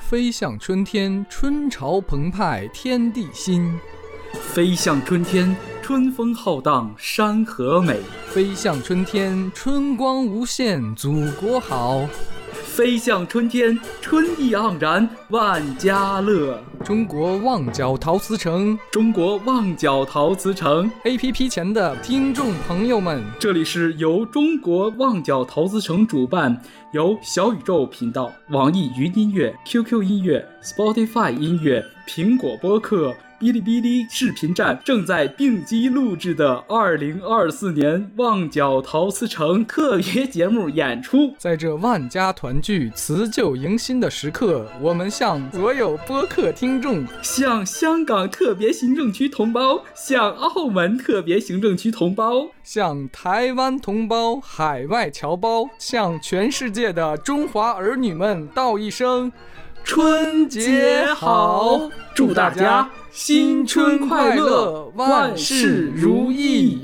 飞向春天，春潮澎湃，天地新。 飞向春天，春风浩荡，山河美。 飞向春天，春光无限，祖国好。 飞向春天，春意盎然，万家乐。 中国旺角陶瓷城， 中国旺角陶瓷城 APP 前的听众朋友们， 这里是由中国旺角陶瓷城主办，由小宇宙频道、网易云音乐、QQ 音乐、Spotify 音乐、苹果播客、哔哩哔哩视频站正在并机录制的2024年旺角陶瓷城特别节目演出。 在这万家团聚、辞旧迎新的时刻，我们向所有播客听众， 向香港特别行政区同胞，向澳门特别行政区同胞， 向台湾同胞、海外侨胞，向全世界的中华儿女们道一声春节好， 祝大家新春快乐，万事如意。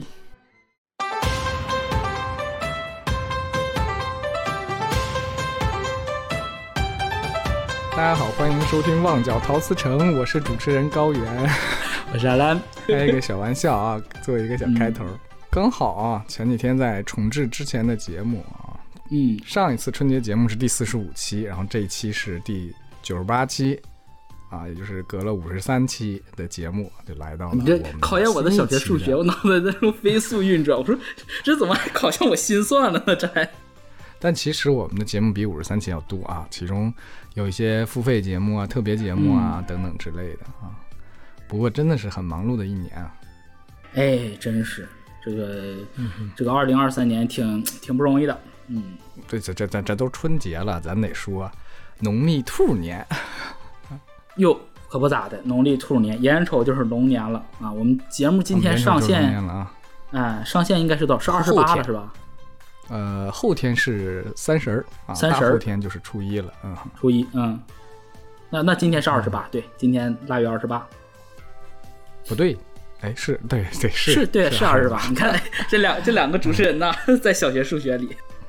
大家好，欢迎收听旺角陶瓷城，我是主持人高原， 我是阿兰。 开一个小玩笑啊，做一个小开头。刚好啊，前几天在重置之前的节目啊，上一次春节节目是第45期，然后这一期是第98期啊，也就是隔了53期的节目就来到了。 你这考验我的小学数学，我脑袋在那飞速运转，我说这怎么还考上我心算了呢？这还。 但其实我们的节目比53期要多啊，其中有一些付费节目啊、特别节目啊、等等之类的啊。不过真的是很忙碌的一年啊。 哎，真是这个2023年挺不容易的。 对，这都春节了，咱得说农历兔年。 哟，可不咋的，农历兔年，眼瞅就是龙年了啊！我们节目今天上线了啊， 上线应该是多少？是28了是吧？ 后天是30啊，大后天就是初一了， 初一，那今天是28，对，今天腊月28， 不对，哎，是对， 是28，你看这两个主持人呢，在小学数学里。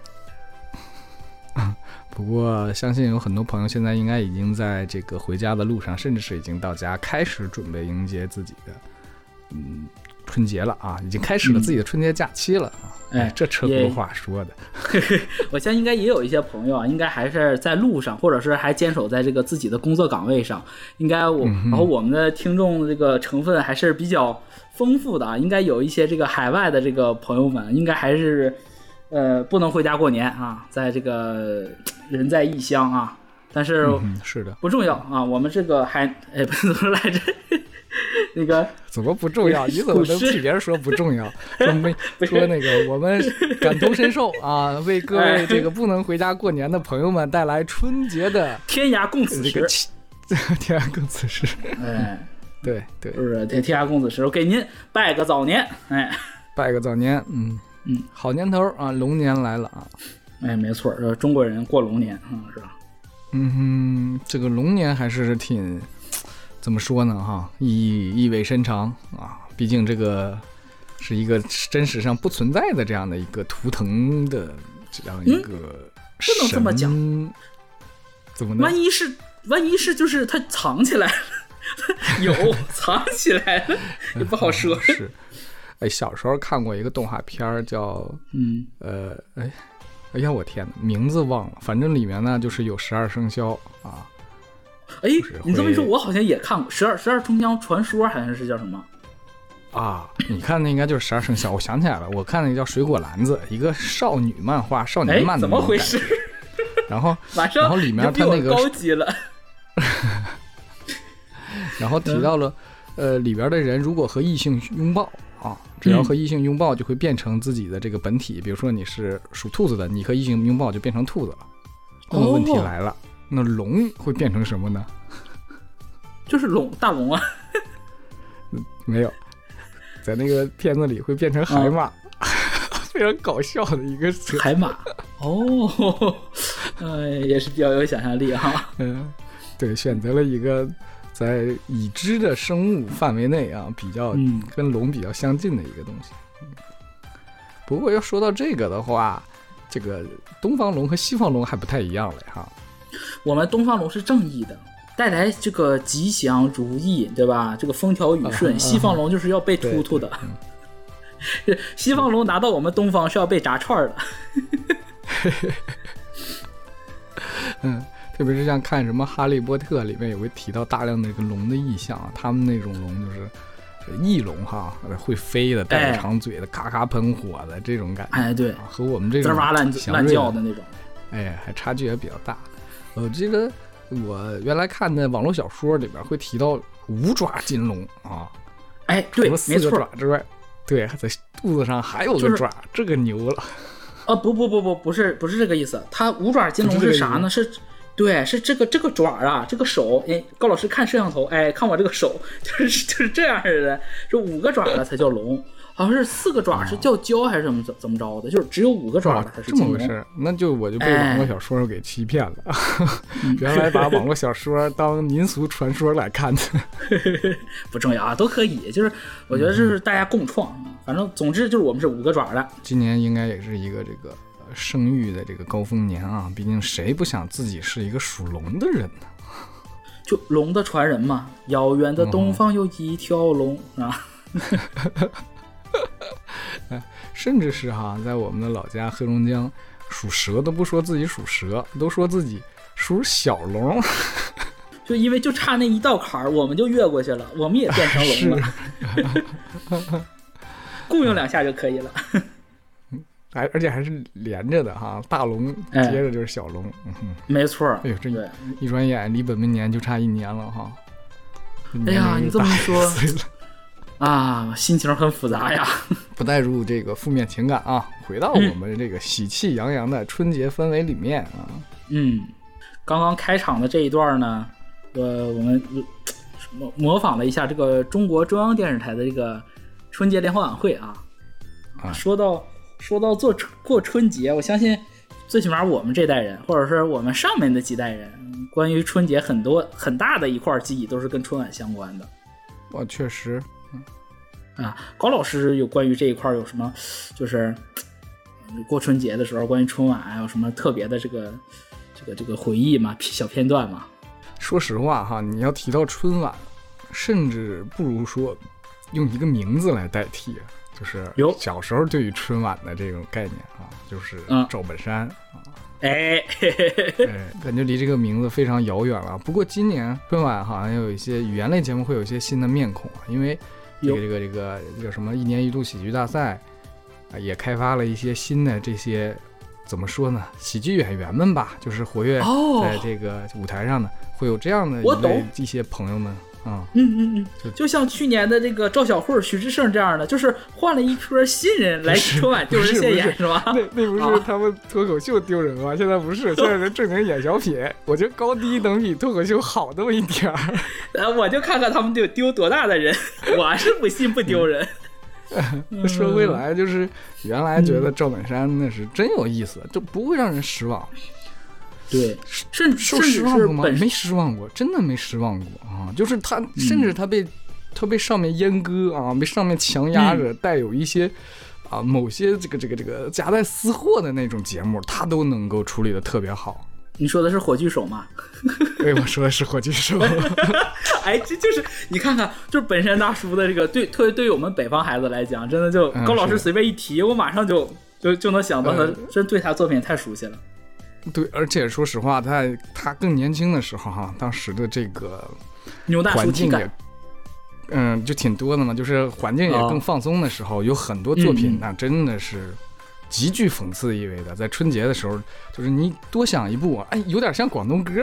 不过相信有很多朋友现在应该已经在这个回家的路上，甚至是已经到家，开始准备迎接自己的春节了啊，已经开始了自己的春节假期了啊。这车轱辘话说的。 我相信应该也有一些朋友啊，应该还是在路上，或者是还坚守在这个自己的工作岗位上。应该然后我们的听众这个成分还是比较丰富的啊，应该有一些这个海外的这个朋友们，应该还是不能回家过年啊，在这个人在异乡啊。但是是的， 不重要啊，我们这个还不是怎么来着？那个怎么不重要？你怎么能替别人说不重要？说那个我们感同身受啊，为各位这个不能回家过年的朋友们带来春节的天涯共此时。 天涯共此时。对， 就是天涯共此时，我给您拜个早年， 拜个早年，好年头啊，龙年来了啊。 没错，中国人过龙年是吧？ 这个龙年还是挺怎么说呢哈，意味深长啊，毕竟这个是一个真实上不存在的这样的一个图腾的这样一个不能这么讲。 怎么呢？ 万一是就是它藏起来了，有藏起来了也不好说。 是，小时候看过一个动画片叫哎呀我天哪，名字忘了，反正里面呢就是有12生肖啊。 你这么一说，我好像也看过十二生肖传说，好像是叫什么啊？你看那应该就是12生肖，我想起来了，我看那个叫水果篮子，一个少女漫画，少年漫的。 怎么回事？ 然后里面他那个高级了。 然后提到了里边的人如果和异性拥抱啊，只要和异性拥抱就会变成自己的这个本体，比如说你是属兔子的，你和异性拥抱就变成兔子了。那么问题来了，那龙会变成什么呢？ 就是大龙啊。 没有，在那个片子里会变成海马。非常搞笑的一个海马。也是比较有想象力哈。 对，选择了一个在已知的生物范围内啊，比较跟龙比较相近的一个东西。不过要说到这个的话，这个东方龙和西方龙还不太一样了哈。 我们东方龙是正义的，带来这个吉祥如意，对吧？这个风调雨顺。西方龙就是要被突突的。西方龙拿到我们东方是要被炸串的。 特别是像看什么《哈利波特》里面也会提到大量的这个龙的意象，他们那种龙就是翼龙哈，会飞的，带着长嘴的，咔咔喷火的这种感觉。 对， 和我们这种乱叫的那种， 还差距也比较大。我记得我原来看的网络小说里边会提到五爪金龙啊， 对， 除了4个爪之外，对，在肚子上还有个爪，这个牛了。 不是这个意思。它五爪金龙是啥呢？是这个爪啊，这个手，高老师看摄像头，看我这个手，就是这样似的，是5个爪的才叫龙，好像是4个爪是叫蛟还是怎么着的，就是只有5个爪的才是金龙。 这么回事？那我就被网络小说给欺骗了，原来把网络小说当民俗传说来看的。 不重要啊，都可以，就是我觉得这是大家共创，反正总之就是我们是5个爪的。 今年应该也是一个这个生育的这个高峰年啊，毕竟谁不想自己是一个属龙的人呢？ 就龙的传人嘛，遥远的东方有一条龙啊。 甚至是在我们的老家黑龙江，属蛇都不说自己属蛇，都说自己属小龙。 就因为就差那一道坎儿，我们就越过去了，我们也变成龙了。雇佣2下就可以了。 而且还是连着的哈，大龙接着就是小龙。 没错。 哎呦，这一转眼离本命年就差1年了哈。 哎呀，你这么一说啊，心情很复杂呀。 不带入这个负面情感啊，回到我们这个喜气洋洋的春节氛围里面啊。 刚刚开场的这一段呢，我们模仿了一下这个中国中央电视台的这个春节联欢晚会啊。说到过春节，我相信最起码我们这代人，或者是我们上面的几代人，关于春节很大的一块记忆都是跟春晚相关的。 确实。 高老师有关于这一块有什么，就是过春节的时候关于春晚有什么特别的这个回忆吗？小片段吗？ 说实话哈，你要提到春晚，甚至不如说用一个名字来代替，就是小时候对于春晚的这种概念就是赵本山感觉离这个名字非常遥远了。不过今年春晚好像有一些语言类节目会有一些新的面孔因为这个叫什么1年1度喜剧大赛也开发了一些新的这些怎么说呢，喜剧演员们吧，就是活跃在这个舞台上的，会有这样的一些朋友们就像去年的这个赵小慧、徐志胜这样的，就是换了一波新人来春晚丢人现眼是吧？ 那不是他们脱口秀丢人吗？现在不是，现在人正经演小品。我觉得高低能比脱口秀好那么一点儿。 我就看看他们丢多大的人，我是不信不丢人。 说回来，就是原来觉得赵本山那是真有意思，就不会让人失望。 对，甚至失望过吗？没失望过，真的没失望过就是他，甚至他被上面阉割被上面强压着，带有一些某些这个夹带私货的那种节目，他都能够处理的特别好。 你说的是火炬手吗？ 对，我说的是火炬手。 这就是你看看，就是本山大叔的这个特别对于我们北方孩子来讲，真的就高老师随便一提，我马上就能想到他，真对他作品太熟悉了。 对，而且说实话，他更年轻的时候当时的这个牛大叔体感， 就挺多的嘛，就是环境也更放松的时候，有很多作品那真的是极具讽刺意味的。在春节的时候，就是你多想一步，有点像广东歌，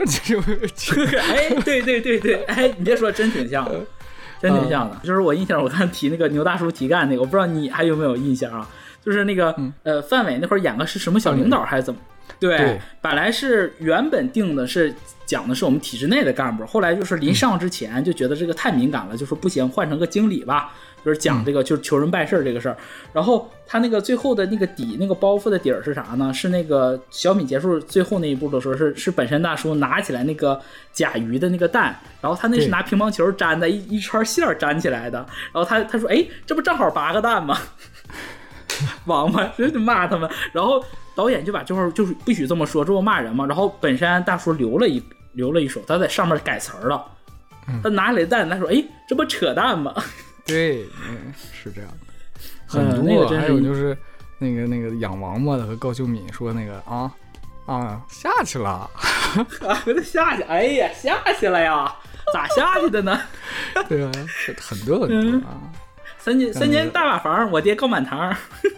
对，你别说，真挺像的，真挺像的。就是我印象，我刚提那个牛大叔题干那个，我不知道你还有没有印象啊？就是那个范伟那会儿演个是什么小领导还是怎么？对，本来是原本定的是讲的是我们体制内的干部，后来就是临上之前就觉得这个太敏感了，就说不行，换成个经理吧，就是讲这个就是求人办事这个事儿。然后他那个最后的那个底那个包袱的底儿是啥呢？是那个小品结束最后那一步的时候是本山大叔拿起来那个甲鱼的那个蛋，然后他那是拿乒乓球粘的一圈线粘起来的，然后他说这不正好8个蛋吗？王八真的骂他们，然后导演就把这块就是不许这么说，这不骂人嘛。然后本山大叔留了一手，他在上面改词儿了。他拿来蛋，他说：“哎，这不扯淡吗？” 对，是这样的，很多。 那个真是还有就是那个养王八的和高秀敏说那个下去了啊，给他下去，哎呀，下去了呀，咋下去的呢？ 对啊，很多啊。 三间大瓦房，我爹高满堂。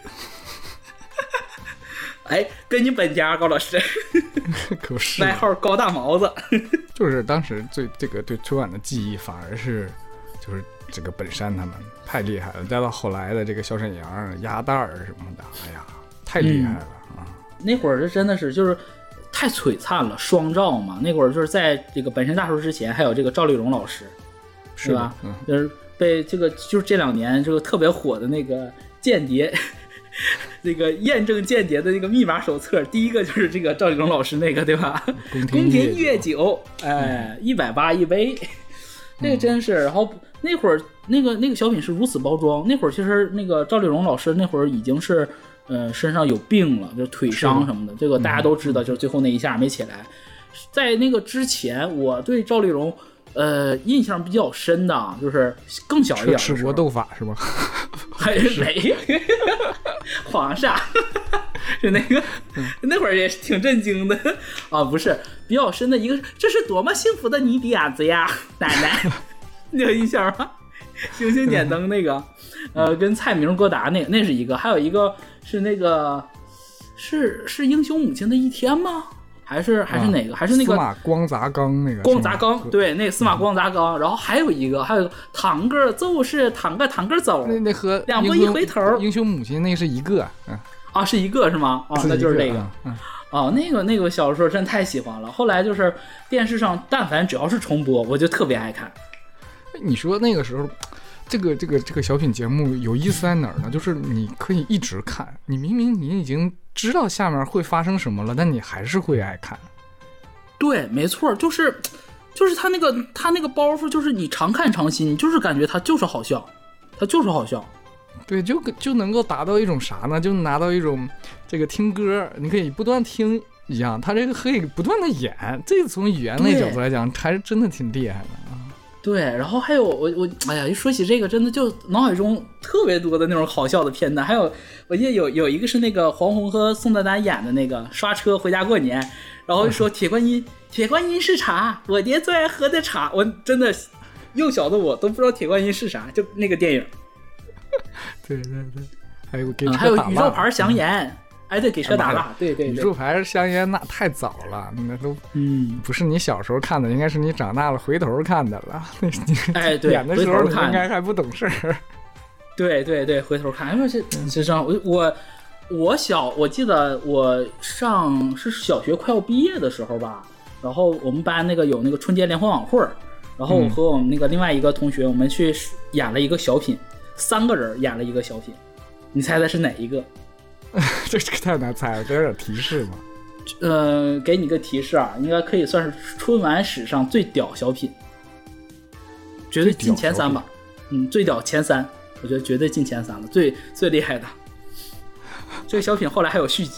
哎，跟你本家高老师， 可是外号高大毛子。 就是当时对春晚的记忆，反而是就是这个本山他们太厉害了，再到后来的这个小沈阳、鸭蛋儿什么的，哎呀，太厉害了啊！ 那会儿这真的是就是太璀璨了，双赵嘛。那会儿就是在这个本山大叔之前，还有这个赵丽蓉老师，是吧？就是被这个就是这2年这个特别火的那个间谍。那个验证间谍的那个密码手册，第一个就是这个赵丽蓉老师那个，对吧？宫廷月酒，哎，180一杯，那个真是。然后那会儿那个小品是如此包装，那会儿其实那个赵丽蓉老师那会儿已经是身上有病了，就是腿伤什么的，这个大家都知道，就是最后那一下没起来。在那个之前，我对赵丽蓉印象比较深的就是更小一点的时候， 吃国斗法是吧？ 还是谁？皇上是那个，那会儿也是挺震惊的啊！不是比较深的一个，这是多么幸福的泥点子呀，奶奶，你有印象吗？星星点灯那个，跟蔡明、郭达那是一个，还有一个是那个是英雄母亲的一天吗？还是哪个？还是那个司马光砸缸那个？ 光砸缸，对，那个司马光砸缸。然后还有一个堂哥就是堂哥走， 那和两步一回头。 英雄母亲那是一个， 是一个是吗？那就是那个。那个小时候真太喜欢了。后来就是电视上，但凡只要是重播，我就特别爱看。 你说那个时候，这个小品节目有意思在哪儿呢？就是你可以一直看，你明明你已经知道下面会发生什么了，但你还是会爱看。 对，没错，就是他那个包袱，就是你常看常新，你就是感觉他就是好笑，对， 就能够达到一种啥呢？就拿到一种这个听歌，你可以不断听一样，他这个可以不断的演，这个从语言类角度来讲，还是真的挺厉害的啊。 对，然后还有我哎呀，一说起这个，真的就脑海中特别多的那种好笑的片段。还有我记得有一个是那个黄宏和宋丹丹演的那个刷车回家过年，然后说铁观音是茶，我爹最爱喝的茶。我真的幼小的我都不知道铁观音是啥，就那个电影。 对，还有还有宇宙牌香烟。哎，对，给车打蜡，对， 宇宙牌香烟那太早了，那都不是你小时候看的，应该是你长大了回头看的了。 哎，对， 演的时候你应该还不懂事儿。 对，回头看，因为是这样，我记得我是小学快要毕业的时候吧，然后我们班有那个春节联欢晚会，然后我和我们那个另外一个同学，我们去演了一个小品，3个人演了一个小品，你猜猜是哪一个？ 这个太难猜了，给点提示吧。 给你个提示啊，应该可以算是春晚史上最屌小品，绝对进前3吧。最屌前3，我觉得绝对进前3了，最厉害的。这个小品后来还有续集。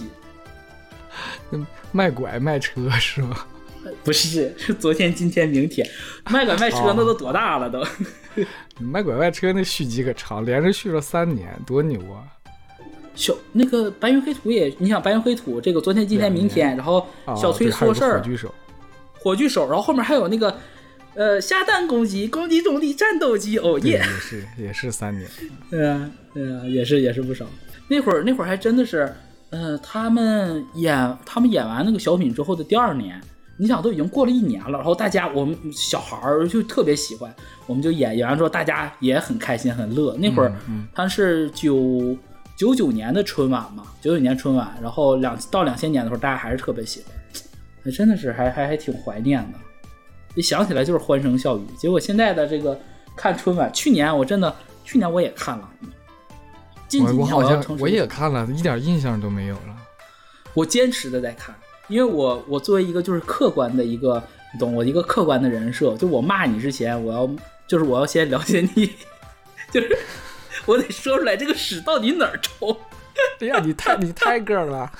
卖拐卖车是吧？ 不是昨天今天明天，卖拐卖车那都多大了都。 卖拐卖车那续集可长，连着续了3年，多牛啊！ 那个白云黑土也，你想白云黑土这个昨天今天明天，然后小崔说事儿，火炬手，然后后面还有那个下蛋攻击中的战斗机， 也是3年。 对啊，也是不少。那会儿还真的是，他们演完那个小品之后的第2年，你想都已经过了1年了，然后我们小孩儿就特别喜欢，我们就演完之后大家也很开心很乐。那会儿他是99年的春晚嘛，99年春晚，然后到2000年的时候，大家还是特别喜欢，真的是还挺怀念的。一想起来就是欢声笑语。结果现在的这个看春晚，去年我也看了， 我好像我也看了，一点印象都没有了。 我坚持的在看，因为我作为一个就是客观的一个，你懂我一个客观的人设，就我骂你之前，我要先了解你，就是我得说出来这个屎到底哪儿臭。 哎呀，你太个了。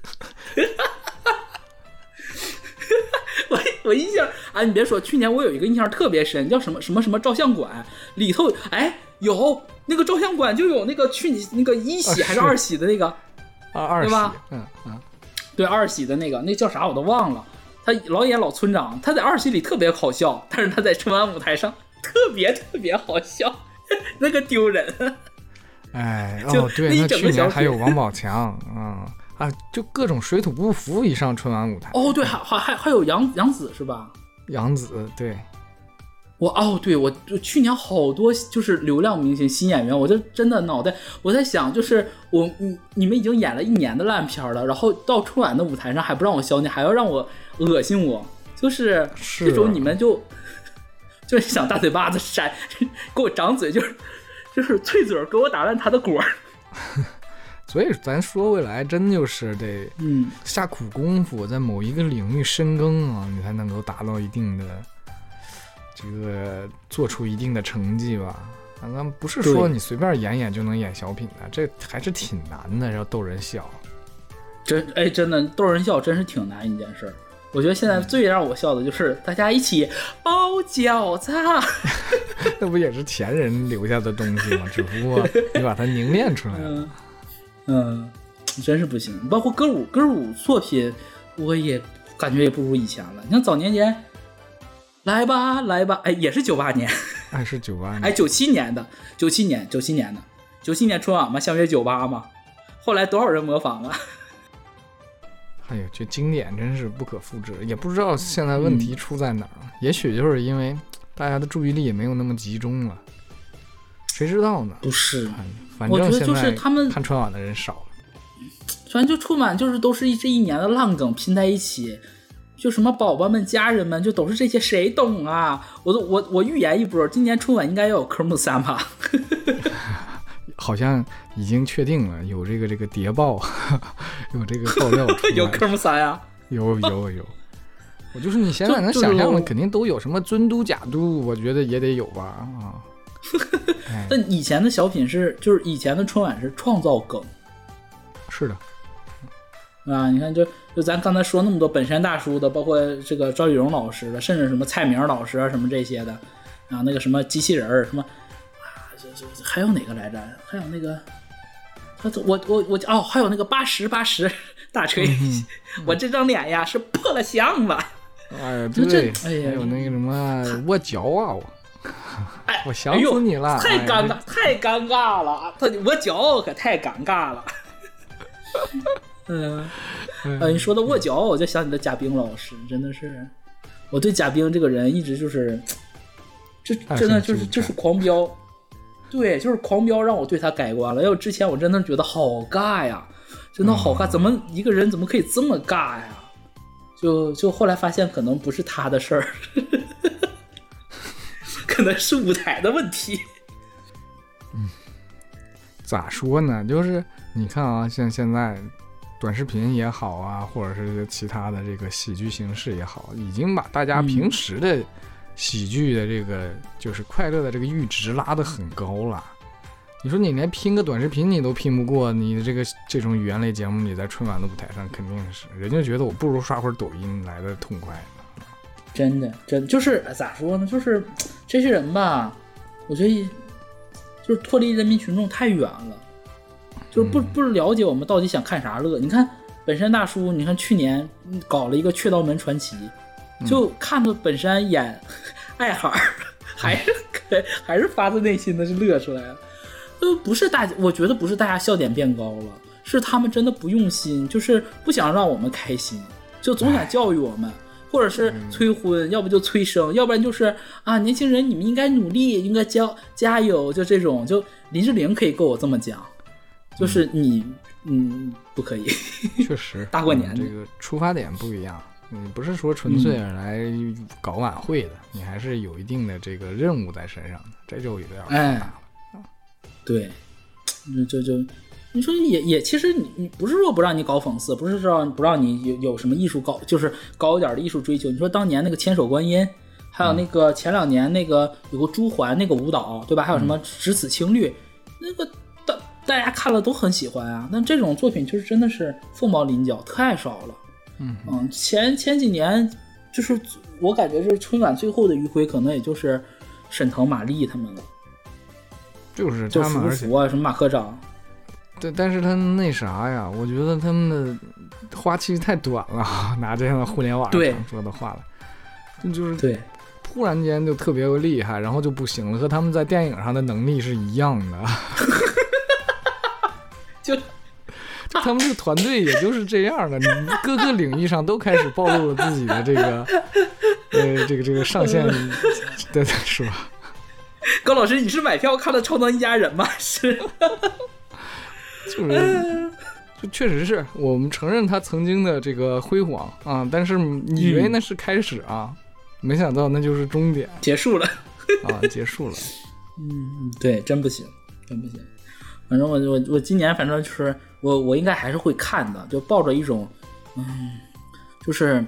我印象啊，你别说，去年我有一个印象特别深，叫什么什么什么照相馆里头，哎，有那个照相馆就有那个那个一喜还是二喜的那个二喜， 对吧？对，二喜的那个，那叫啥我都忘了。他老演老村长，他在二喜里特别好笑，但是他在春晚舞台上特别好笑，那个丢人。 哎，哦，对，那去年还有王宝强就各种水土不服一上春晚舞台。 哦，对，还有杨紫是吧？ 杨紫，对。 对，我去年好多就是流量明星新演员，我就真的脑袋我在想，就是你们已经演了1年的烂片了，然后到春晚的舞台上还不让我消你，还要让我恶心我，就是这种你们就是想大嘴巴子扇，给我长嘴，就是脆嘴给我打烂他的果。 所以咱说回来，真就是得下苦功夫，在某一个领域深耕啊，你才能够达到一定的。这个做出一定的成绩吧，不是说你随便演就能演小品的，这还是挺难的，要逗人笑。 真的逗人笑真是挺难一件事。我觉得现在最让我笑的就是大家一起包饺子， 那不也是前人留下的东西吗？只不过你把它凝练出来了。 真是不行。包括歌舞作品，我也感觉也不如以前了。你像早年间。来吧，哎，也是98年， 哎，是98年， 哎，97年的，97年春晚嘛，相约98嘛，后来多少人模仿啊？ 哎呦，这经典真是不可复制，也不知道现在问题出在哪儿，也许就是因为大家的注意力也没有那么集中了，谁知道呢？ 不是， 反正现在他们看春晚的人少了， 反正就春晚就是都是这一年的烂梗拼在一起。就什么宝宝们家人们就都是这些，谁懂啊？我预言一波，今年春晚应该要有科目3吧？ 好像已经确定了，有这个谍报，有这个爆料出来有科目3呀？ 有。我就是你现在能想象的，肯定都有什么尊嘟假嘟，我觉得也得有吧啊。 但以前的小品就是以前的春晚是创造梗， 是的。 你看就咱刚才说那么多本山大叔的，包括这个赵丽蓉老师的，甚至什么蔡明老师啊什么这些的那个什么机器人什么还有哪个来着？还有那个还有那个80大锤我这张脸呀是破了相了。 哎对，还有那个什么我脚啊我想死你了， 太尴尬了，我脚可太尴尬了。你说的握脚，我就想起了贾冰老师，真的是，我对贾冰这个人一直就是，真的就是狂飙，对，就是狂飙让我对他改观了。要之前我真的觉得好尬呀，真的好尬，怎么一个人怎么可以这么尬呀？就后来发现可能不是他的事儿，可能是舞台的问题。 咋说呢？就是你看啊，像现在。短视频也好啊，或者是其他的这个喜剧形式也好，已经把大家平时的喜剧的这个就是快乐的这个阈值拉得很高了。你说你连拼个短视频你都拼不过，你的这种语言类节目，你在春晚的舞台上肯定是人家觉得我不如刷会儿抖音来的痛快。 真的就是咋说呢？就是这些人吧，我觉得就是脱离人民群众太远了。就是不了解我们到底想看啥乐。你看本山大叔，你看去年搞了一个雀刀门传奇，就看到本山演爱孩还是发自内心的是乐出来了。不是我觉得不是大家笑点变高了，是他们真的不用心，就是不想让我们开心，就总想教育我们，或者是催婚，要不就催生，要不然就是年轻人你们应该努力，应该加油，就这种。就林志玲可以跟我这么讲。就是你，不可以， 确实， 大过年这个出发点不一样，你不是说纯粹来搞晚会的，你还是有一定的这个任务在身上的，这就有点复杂了。对， 就你说也，其实你不是说不让你搞讽刺，不是说不让你有什么艺术就是高一点的艺术追求。你说当年那个千手观音，还有那个前2年那个有个朱鹮那个舞蹈，对吧？还有什么只此青绿，那个。 大家看了都很喜欢啊。但这种作品就是真的是凤毛麟角，太少了。前几年就是我感觉是春晚最后的余晖，可能也就是沈腾、马丽他们了。 就是他们， 福啊，什么马科长。 对，但是他那啥呀，我觉得他们的花期太短了，拿这样的互联网上说的话了，就是对， 突然间就特别厉害，然后就不行了，和他们在电影上的能力是一样的。就他们这个团队也就是这样的，你各个领域上都开始暴露了自己的这个上限的，是吧？ 高老师，你是买票看了《超能一家人》吗？是。 就确实是我们承认他曾经的这个辉煌啊，但是你以为那是开始啊，没想到那就是终点， 结束了啊，结束了。 对，真不行，真不行。反正我今年反正就是我应该还是会看的，就抱着一种就是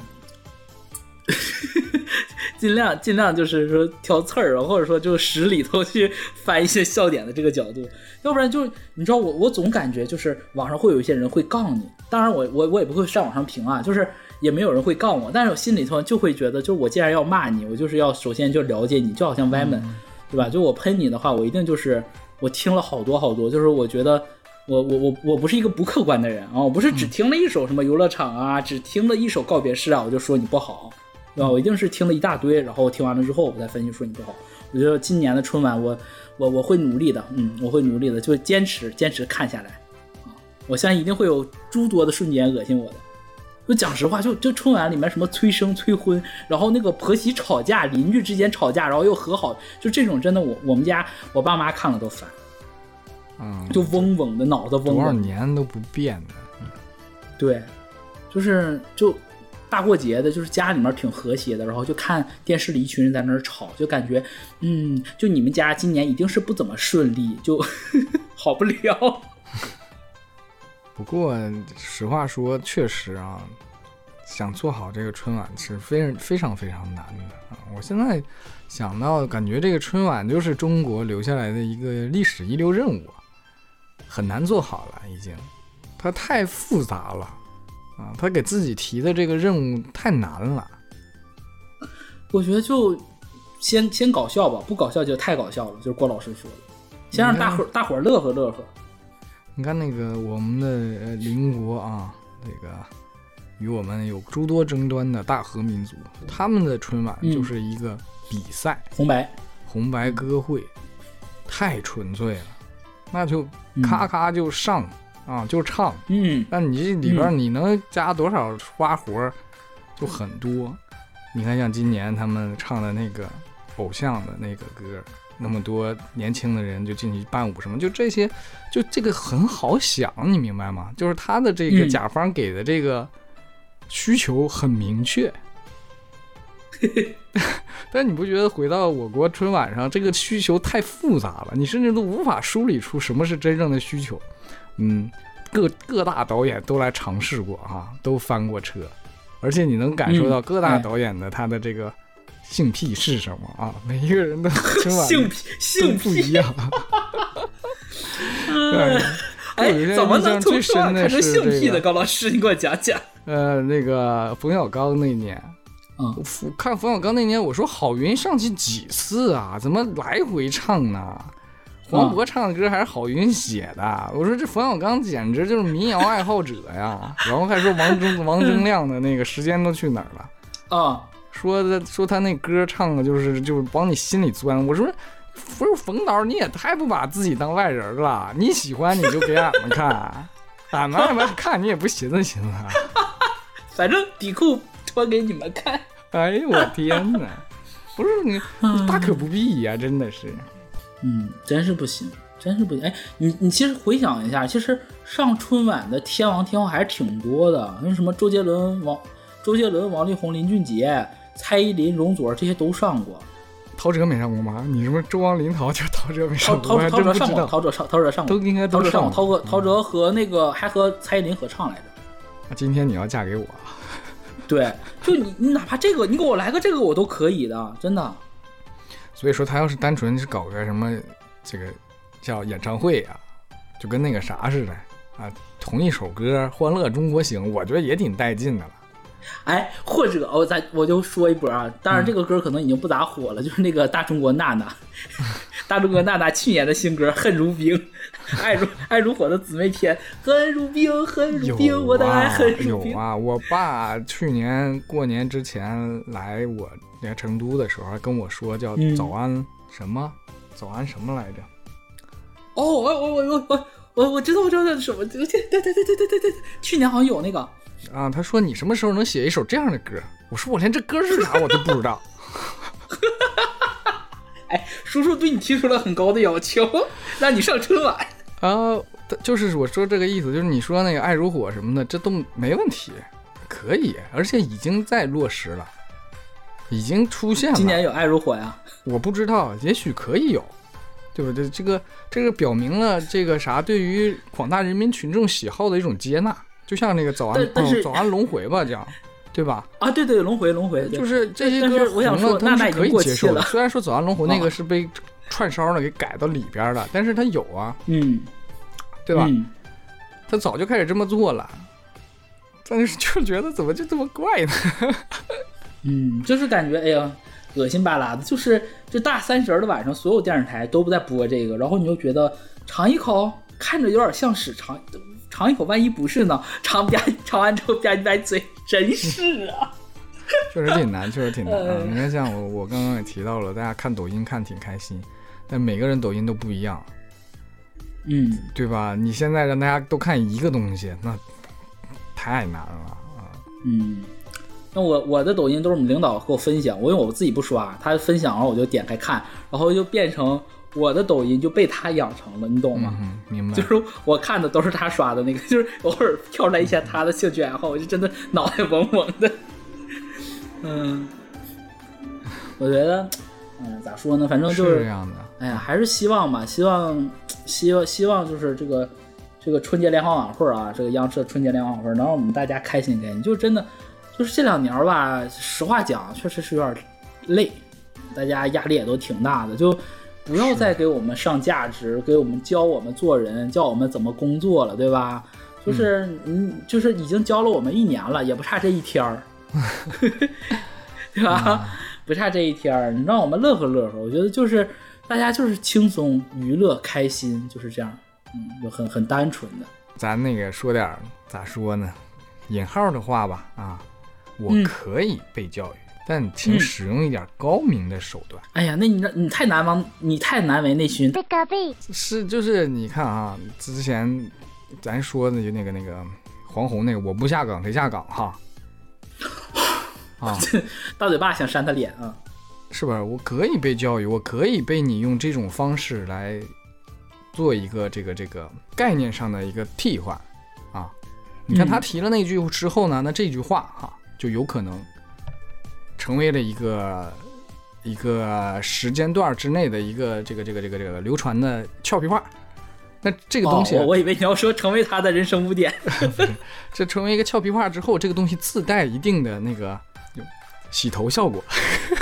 尽量就是说挑刺儿，或者说就实里头去翻一些笑点的这个角度，要不然就你知道我总感觉就是网上会有一些人会杠你，当然我也不会上网上评啊，就是也没有人会杠我，但是我心里头就会觉得，就是我既然要骂你，我就是要首先就了解你，就好像歪门，对吧？就我喷你的话，我一定就是我听了好多，就是我觉得我不是一个不客观的人啊，我不是只听了一首什么游乐场啊，只听了一首告别式啊，我就说你不好。对吧？我一定是听了一大堆，然后我听完了之后，我再分析说你不好。我觉得今年的春晚我会努力的，我会努力的，就坚持看下来啊！我相信一定会有诸多的瞬间恶心我的。就讲实话，就春晚里面什么催生、催婚，然后那个婆媳吵架、邻居之间吵架，然后又和好，就这种真的我们家我爸妈看了都烦，就嗡嗡的，脑子嗡嗡。 多少年都不变的。 对，就。大过节的，就是家里面挺和谐的，然后就看电视里一群人在那儿吵，就感觉，就你们家今年一定是不怎么顺利，就好不了。 不过实话说，确实啊，想做好这个春晚是非常非常难的啊！我现在想到，感觉这个春晚就是中国留下来的一个历史遗留任务，很难做好了，已经，它太复杂了。他给自己提的这个任务太难了， 我觉得就先搞笑吧，不搞笑就太搞笑了，就是郭老师说的，先让大伙乐呵乐呵。 你看那个我们的邻国啊，这个与我们有诸多争端的大和民族，他们的春晚就是一个比赛，红白歌会，太纯粹了，那就咔咔就上。就唱，但你这里边你能加多少花活就很多。你看像今年他们唱的那个偶像的那个歌，那么多年轻的人就进去伴舞什么，就这些，就这个很好想，你明白吗？就是他的这个甲方给的这个需求很明确。但你不觉得回到我国春晚上这个需求太复杂了，你甚至都无法梳理出什么是真正的需求。各大导演都来尝试过都翻过车，而且你能感受到各大导演的他的这个性癖是什么每一个人的春晚性不一样。 怎么能从春晚看成性癖的？高老师，你给我讲讲。 那个冯小刚那年。看冯小刚那年，我说郝云上去几次啊？怎么来回唱呢？黄渤唱的歌还是郝云写的，我说这冯小刚简直就是民谣爱好者呀。然后还说王铮亮的那个时间都去哪儿了说他那歌唱的就是往你心里钻。我说不是冯导，你也太不把自己当外人了，你喜欢你就给俺们看，俺们爱不看你也不寻思反正底裤脱给你们看。 哎呦我天哪，不是你大可不必呀，真的是。 真是不行。哎，你其实回想一下，其实上春晚的天王天后还是挺多的，那什么周杰伦、王力宏、林俊杰、蔡依林、容祖儿这些都上过。 陶喆没上过吗？你什么周王林陶就陶喆没上过？ 陶喆上过，陶喆上过， 都应该都上过。陶喆和那个还和蔡依林合唱来着。 今天你要嫁给我？ 对，就你哪怕这个，你给我来个这个我都可以的，真的。 所以说他要是单纯是搞个什么这个叫演唱会就跟那个啥似的啊，同一首歌《欢乐中国行》，我觉得也挺带劲的了。 哎，或者我就说一波啊，当然这个歌可能已经不咋火了，就是那个大中国娜娜，大中国娜娜去年的新歌《恨如冰》，爱如火的姊妹篇，恨如冰，恨如冰，我的爱恨如冰。 有啊，我爸去年过年之前来我那成都的时候，还跟我说叫早安什么，早安什么来着？ 哦，我知道什么，对，去年好像有那个。 啊，他说你什么时候能写一首这样的歌？我说我连这歌是啥我都不知道。 哎，叔叔对你提出了很高的要求，让你上春晚啊，就是我说这个意思，就是你说那个爱如火什么的，这都没问题，可以，而且已经在落实了，已经出现了。 今年有爱如火呀？ 我不知道，也许可以有，对不对？这个表明了这个啥对于广大人民群众喜好的一种接纳。就像那个早安龙回吧，这样，对吧？ 啊，对，龙回， 就是这些歌， 我想说， 他们是可以接受的。 虽然说早安龙回那个是被串烧了，给改到里边了，但是他有啊，对吧？他早就开始这么做了，但是就觉得怎么就这么怪呢？ 就是感觉哎呀，恶心巴拉的。就是这大30的晚上，所有电视台都不在播这个，然后你就觉得尝一口，看着有点像是尝一口，万一不是呢？尝完之后吧唧嘴，真是啊！ 确实挺难啊！你看，像我刚刚也提到了，大家看抖音看挺开心，但每个人抖音都不一样，对吧？你现在让大家都看一个东西，那太难了啊！ 那我的抖音都是我们领导给我分享，因为我自己不刷，他分享了我就点开看，然后就变成。我的抖音就被他养成了，你懂吗？ 明白。 就是我看的都是他刷的那个，就是偶尔跳出来一些他的兴趣爱好，我就真的脑袋嗡嗡的。我觉得，咋说呢？反正就是这样的。 哎呀，还是希望吧，希望就是这个春节联欢晚会啊，这个央视的春节联欢晚会能让我们大家开心开心。就真的，就是这2年吧，实话讲，确实是有点累，大家压力也都挺大的，就。不要再给我们上价值，给我们教我们做人，教我们怎么工作了，对吧？就是就是已经教了我们1年了，也不差这一天儿，对吧？不差这一天儿，你让我们乐呵乐呵。我觉得就是大家就是轻松娱乐开心，就是这样，就很单纯的。 咱那个说点咋说呢？引号的话吧，啊，我可以被教育。但请使用一点高明的手段。 哎呀，那你太难为内训。 是就是你看啊，之前咱说的就那个黄宏那个我不下岗谁下岗哈。 大嘴巴想扇他脸啊。 是吧？我可以被教育，我可以被你用这种方式来做一个这个概念上的一个替换啊。你看他提了那句之后呢，那这句话哈就有可能。成为了一个时间段之内的一个这个流传的俏皮话，那这个东西， 我以为你要说成为他的人生污点。 这成为一个俏皮话之后，这个东西自带一定的那个洗头效果。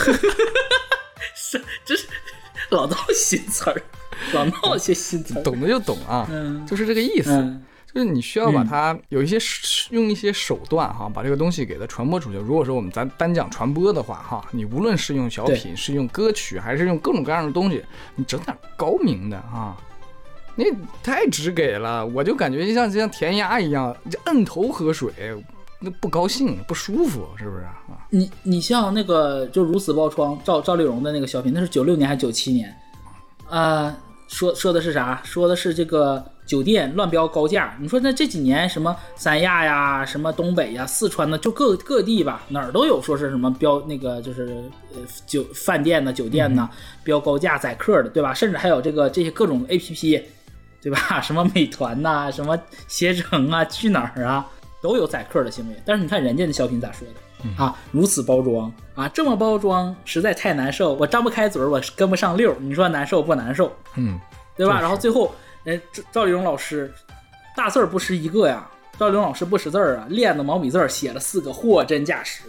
这是老闹新词儿，老闹些新词儿， 懂的就懂啊，就是这个意思。就是你需要把它有用一些手段哈，把这个东西给它传播出去。如果说我们咱单讲传播的话哈，你无论是用小品，是用歌曲，还是用各种各样的东西，你整点高明的啊，你太直给了，我就感觉像填鸭一样，就摁头喝水，那不高兴不舒服，是不是啊？ 你像那个就如此包装赵丽蓉的那个小品，那是96年还是97年？说的是啥？说的是这个酒店乱标高价。你说那这几年什么三亚呀、什么东北呀、四川的，就各地吧，哪儿都有说是什么标那个就是饭店呢、酒店呢标高价宰客的，对吧？甚至还有这些各种 APP， 对吧？什么美团呐、什么携程啊、去哪儿啊，都有宰客的行为。但是你看人家的小品咋说的？如此包装啊，这么包装实在太难受，我张不开嘴，我跟不上溜，你说难受不难受？对吧？然后最后赵丽蓉老师大字不识一个呀，赵丽蓉老师不识字啊，练的毛笔字写了4个货真价实。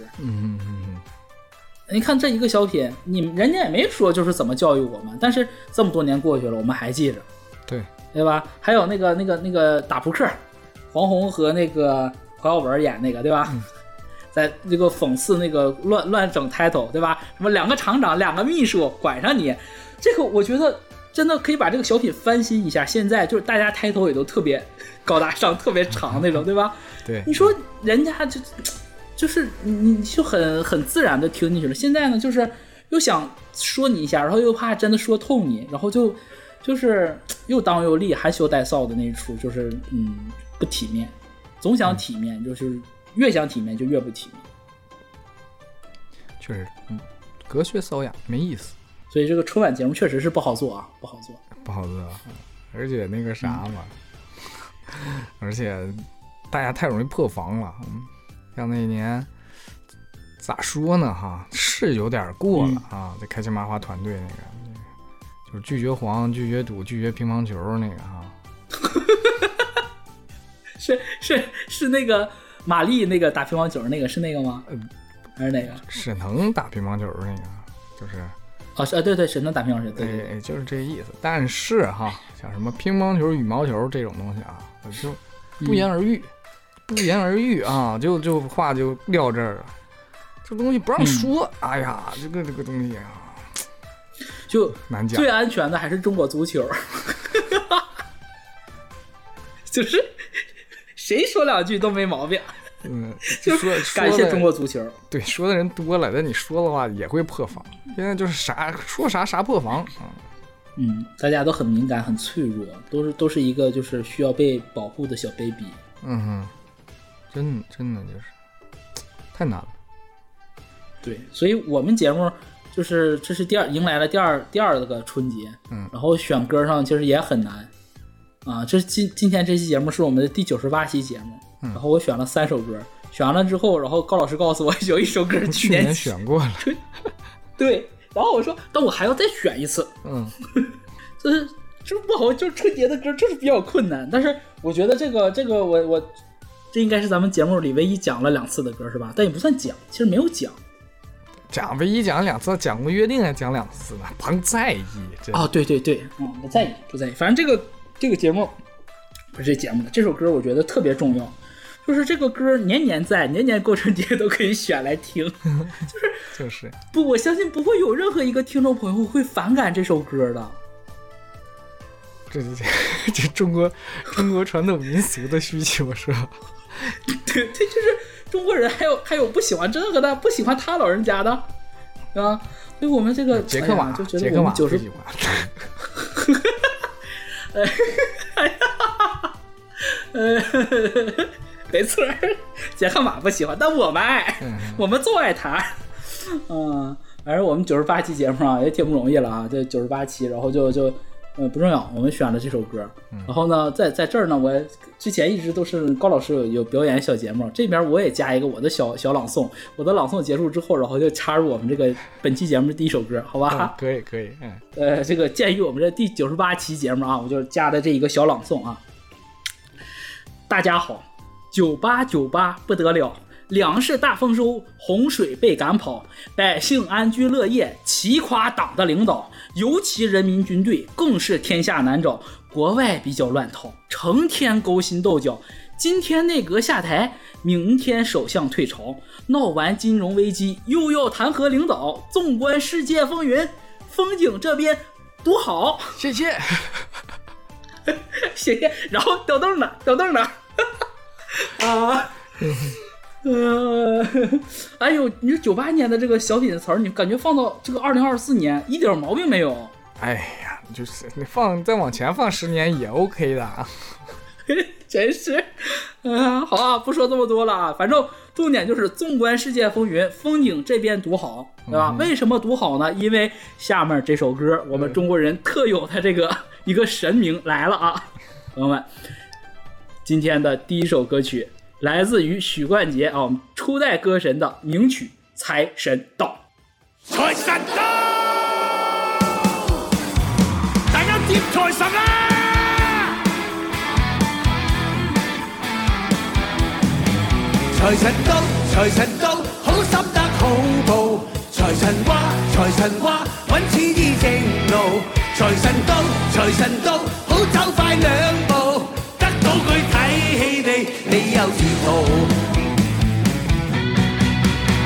你看这一个小品，人家也没说就是怎么教育我们，但是这么多年过去了，我们还记着。 对， 对吧？还有那个打扑克，黄宏和那个黄晓文演那个，对吧？在这个讽刺那个乱整 title， 对吧？什么2个厂长2个秘书管上你，这个我觉得真的可以把这个小品翻新一下。现在就是大家title也都特别高大上，特别长那种，对吧？ 对， 你说人家就是你就很自然的听进去了。现在呢，就是又想说你一下，然后又怕真的说透你，然后就是又当又立，含羞带臊的那一出，就是不体面，总想体面，就是越想体面就越不体面。 确实，隔靴搔痒，没意思。 所以这个春晚节目确实是不好做啊，不好做。 而且那个啥嘛，而且大家太容易破防了。像那一年咋说呢哈，是有点过了啊。在开心麻花团队那个，就是拒绝黄、拒绝赌、拒绝乒乓球那个哈。 是那个玛丽那个打乒乓球那个是那个吗？还是那个沈腾打乒乓球那个，就是对，沈腾打乒乓球，对， 就是这个意思。但是哈，像什么乒乓球、羽毛球这种东西啊，就不言而喻。不言而喻啊，就话就撂这儿了。这东西不让说，哎呀，这个东西啊， 就难讲。 最安全的还是中国足球，就是谁说2句都没毛病。 就感谢中国足球。 对，说的人多了，但你说的话也会破防。现在就是说啥破防啊。 大家都很敏感，很脆弱，都是一个就是需要被保护的小 baby。真的就是太难了。对，所以我们节目就是这是迎来了第二个春节，然后选歌上其实也很难啊。这今天这期节目是我们的第98期节目，然后我选了3首歌，选完了之后，然后高老师告诉我有一首歌去年选过了， 对，然后我说，但我还要再选一次，这不好，就是春节的歌就是比较困难，但是我觉得这个我。这应该是咱们节目里唯一讲了2次的歌是吧？但也不算讲，其实没有讲。 唯一讲2次，讲过约定还讲2次呢，甭在意。 对，不在意。反正这个节目不是这节目的这首歌，我觉得特别重要。就是这个歌年年过春节都可以选来听， 就是不，我相信不会有任何一个听众朋友会反感这首歌的。 这中国传统民俗的需求是吧？ 对，就是中国人还有不喜欢这个的，不喜欢他老人家的，啊，所以我们这个杰克马就觉得我们90 喜欢。 没错，杰克马不喜欢，但我们爱，我们就爱他。反正我们98期节目啊也挺不容易了啊，这98期，然后就不重要，我们选了这首歌。然后呢，在这儿呢，我之前一直都是高老师有表演小节目，这边我也加一个我的小朗诵。我的朗诵结束之后，然后就插入我们这个本期节目的第一首歌，好吧？ 可以。 这个鉴于我们这第98期节目啊，我就加的这一个小朗诵啊。大家好，98不得了。粮食大丰收，洪水被赶跑，百姓安居乐业，齐夸党的领导，尤其人民军队更是天下难找，国外比较乱套，成天勾心斗角，今天内阁下台，明天首相退朝，闹完金融危机又要弹劾领导，纵观世界风云，风景这边多好， 谢谢谢谢，然后掉凳了啊哎呦，你说98年的这个小品的词儿，你感觉放到这个2024年一点毛病没有？ 哎呀，就是你再往前放10年也 OK 的。 真是，好啊，不说这么多了啊，反正重点就是纵观世界风云，风景这边独好，对吧？为什么独好呢？因为下面这首歌，我们中国人特有的这个一个神明来了啊，朋友们，今天的第一首歌曲。来自于许冠杰啊，初代歌神的名曲《财神到》。 財神到，大家接財神啦！財神到，財神到，好心得好報。財神話，揾錢依正路。財神到，好走快路。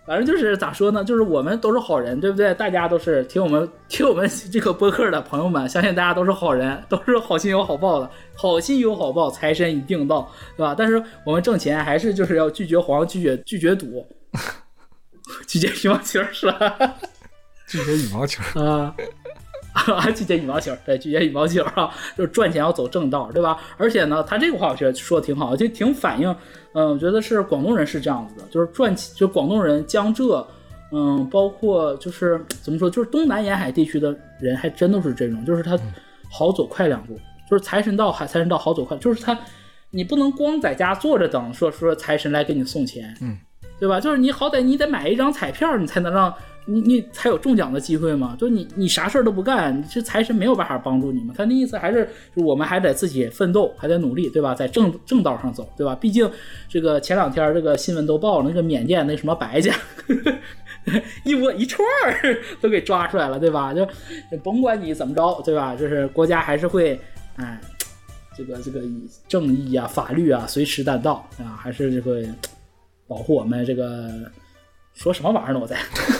反正就是咋说呢，就是我们都是好人，对不对？大家都是听我们这个播客的朋友们，相信大家都是好人，都是好心有好报的，好心有好报，财神一定到，对吧？但是我们挣钱还是就是要拒绝黄，拒绝赌，拒绝羽毛球是吧？ 拒绝羽毛球拒绝羽毛球，对，拒绝羽毛球啊，就是赚钱要走正道，对吧？而且呢，他这个话我觉得说的挺好，就挺反映，我觉得是广东人是这样子的，就是就广东人、江浙，包括就是怎么说，就是东南沿海地区的人还真都是这种，就是他好走快两步，就是财神到好走快，就是他，你不能光在家坐着等，说财神来给你送钱，对吧？就是你好歹你得买一张彩票，你才能让。你才有中奖的机会嘛？就你啥事儿都不干，这财神没有办法帮助你嘛？他那意思还是就我们还得自己奋斗，还得努力，对吧？在正道上走，对吧？毕竟这个前两天这个新闻都报了，那个缅甸那什么白家一串都给抓出来了，对吧？就甭管你怎么着，对吧？就是国家还是会这个正义啊、法律啊随时担到啊，还是这个保护我们这个说什么玩意儿呢？我在。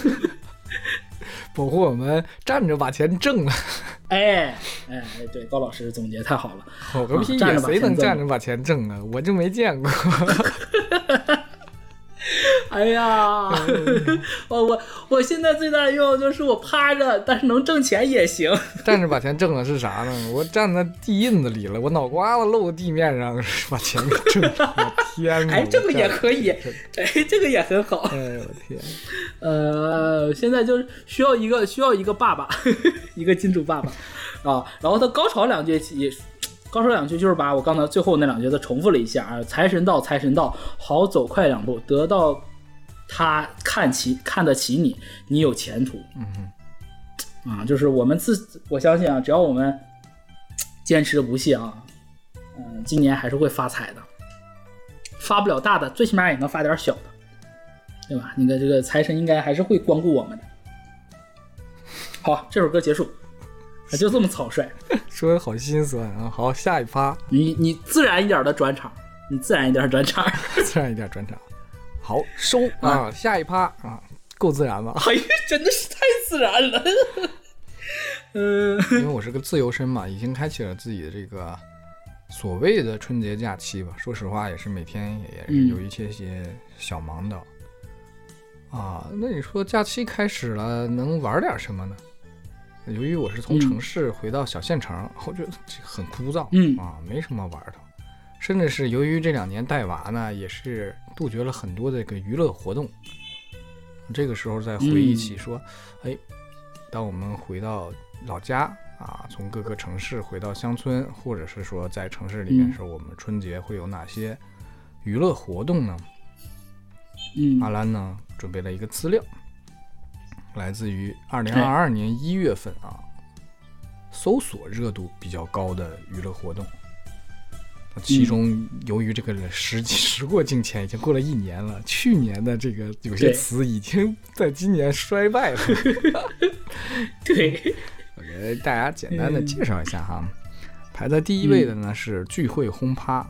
保护我们站着把钱挣了。 对，高老师总结太好了。 好个屁呀！谁能站着把钱挣啊？我就没见过。 哎呀，我现在最大的愿望就是我趴着，但是能挣钱也行。 站着把钱挣了是啥呢？我站在地印子里了，我脑瓜子露地面上，把钱给挣了。我天哪！ 这个也可以，这个也很好。 我天。 现在就是需要一个爸爸，一个金主爸爸啊。然后他高潮两句就是把我刚才最后那两句再重复了一下啊，财神到，财神到，好走快两步，得到他看得起你，你有前途。就是我相信啊，只要我们坚持不懈啊，今年还是会发财的，发不了大的，最起码也能发点小的，对吧？你的这个财神应该还是会光顾我们的。好，这首歌结束。就这么草率， 说的好心酸啊！好，下一趴， 你自然一点的转场，自然一点转场。 好，收啊！下一趴啊，够自然吧？ 哎呀，真的是太自然了。 因为我是个自由身嘛，已经开启了自己的这个所谓的春节假期吧。说实话，也是每天也是有一些小忙的啊。那你说假期开始了，能玩点什么呢？由于我是从城市回到小县城，我觉得很枯燥，没什么玩的。甚至是由于这2年带娃呢，也是杜绝了很多的这个娱乐活动。这个时候再回忆起说，当我们回到老家啊，从各个城市回到乡村，或者是说在城市里面的时候，我们春节会有哪些娱乐活动呢？阿兰呢准备了一个资料。来自于2022年1月份啊，搜索热度比较高的娱乐活动。其中由于这个时过境迁，已经过了1年了，去年的这个有些词已经在今年衰败了。 对， 我给大家简单的介绍一下哈。排在第1位的呢是聚会轰趴。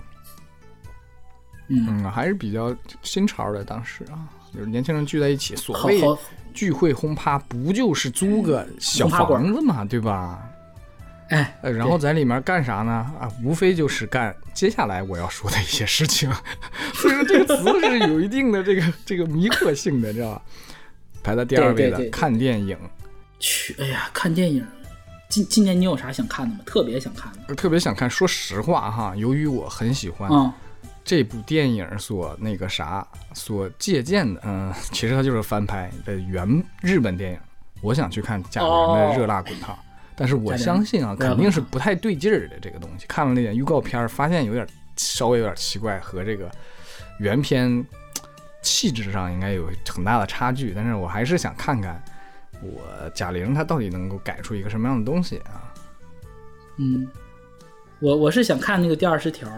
还是比较新潮的，当时啊，就是年轻人聚在一起，所谓聚会轰趴，不就是租个小房子嘛，对吧？然后在里面干啥呢？无非就是干接下来我要说的一些事情。所以说这个词是有一定的这个迷惑性的，知道吧？排在第2位的看电影。 看电影，今年你有啥想看的吗？特别想看的？ 特别想看。说实话哈，由于我很喜欢。这部电影所借鉴的，其实它就是翻拍的原日本电影。我想去看贾玲的《热辣滚烫》，但是我相信啊，肯定是不太对劲儿的这个东西。看了那点预告片，发现稍微有点奇怪，和这个原片气质上应该有很大的差距。但是我还是想看看贾玲她到底能够改出一个什么样的东西啊？ 我是想看那个第20条。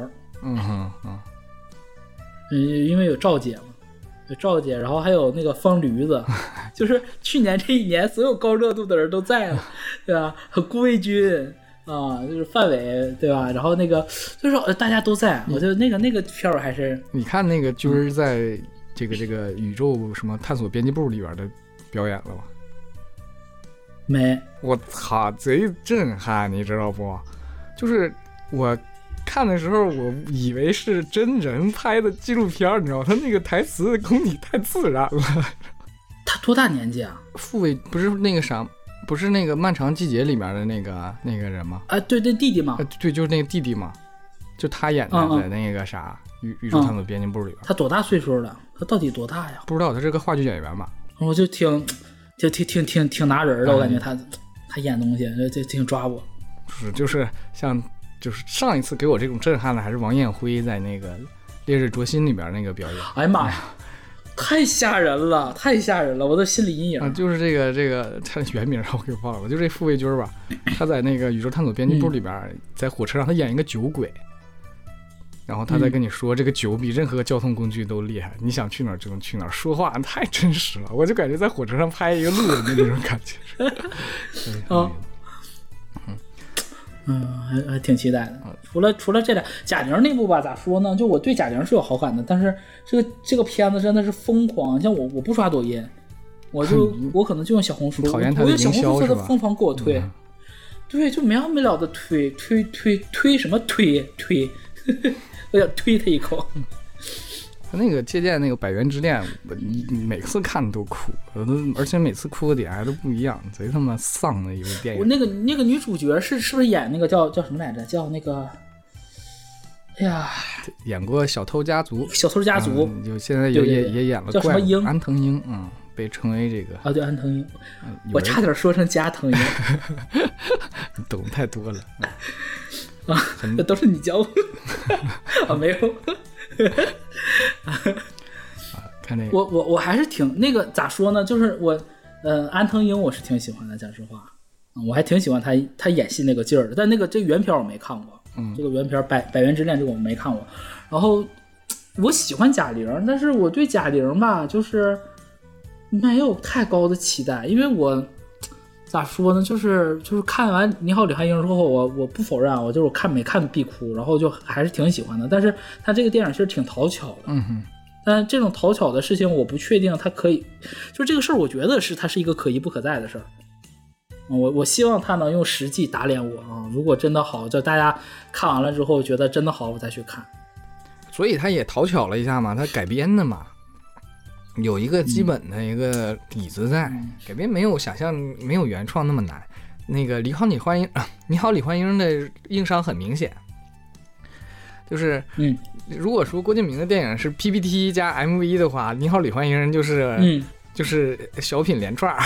因为有赵姐嘛，有赵姐，然后还有那个疯驴子，就是去年这1年所有高热度的人都在了，对吧？顾魏军啊，就是范伟，对吧？然后那个就是大家都在，我觉得那个片儿还是你看那个就是在这个宇宙什么探索编辑部里边的表演了吗？ 没。 我操，贼震撼，你知道不？就是我看的时候，我以为是真人拍的纪录片，你知道吗？他那个台词功底太自然了。 他多大年纪啊？ 傅卫不是那个啥，不是那个《漫长季节》里面的那个人吗？ 啊，对，弟弟嘛。 对，就是那个弟弟嘛，就他演的在那个啥宇宙探索编辑部里边。 他多大岁数了？他到底多大呀？ 不知道，他是个话剧演员吧？ 我就挺拿人的，我感觉他演东西就挺抓我。 就是上一次给我这种震撼的还是王艳辉在那个《烈日灼心》里边那个表演。 哎呀妈呀！太吓人了，我的心理阴影啊！就是这个他的原名我给忘了，就这傅卫军吧，他在那个宇宙探索编辑部里边，在火车上他演一个酒鬼，然后他在跟你说这个酒比任何交通工具都厉害，你想去哪儿就能去哪儿，说话太真实了，我就感觉在火车上拍一个路人的那种感觉。 还挺期待的。除了这俩贾玲那部吧，咋说呢？就我对贾玲是有好感的，但是这个片子真的是疯狂。像我不刷抖音，我可能就用小红书， 讨厌他的营销是吧？ 我用小红书他疯狂给我推，对，就没完没了的推什么推，我想推他一口。 他那个借鉴那个《百元之恋》，每次看都哭，而且每次哭的点还都不一样，贼他妈丧的一部电影。 我那个女主角是不是演那个叫什么来着？叫那个，哎呀， 演过《小偷家族》。 小偷家族， 就现在也演了叫什么英？ 安藤英，被称为这个啊，对，安藤英，我差点说成加藤英。 你懂太多了啊！这都是你教我啊，没有。 看那个， 我还是挺那个咋说呢？就是我安藤英我是挺喜欢的，讲实话，我还挺喜欢他演戏那个劲儿的。但这原片我没看过，这个原片《百元之恋》这个我没看过。然后我喜欢贾玲，但是我对贾玲吧，就是没有太高的期待，因为我咋说呢？就是看完《你好，李焕英》之后，我不否认，我每看必哭，然后就还是挺喜欢的。但是他这个电影其实挺讨巧的，但这种讨巧的事情，我不确定他可以，就这个事儿，我觉得它是一个可一不可再的事儿。我希望他能用实际打脸我啊！如果真的好，就大家看完了之后觉得真的好，我再去看。 所以他也讨巧了一下嘛，他改编的嘛。有一个基本的一个底子在，改编没有想象没有原创那么难。那个你好李焕英的硬伤很明显，就是如果说郭敬明的电影是 PPT 加 MV 的话，你好李焕英就是小品连串。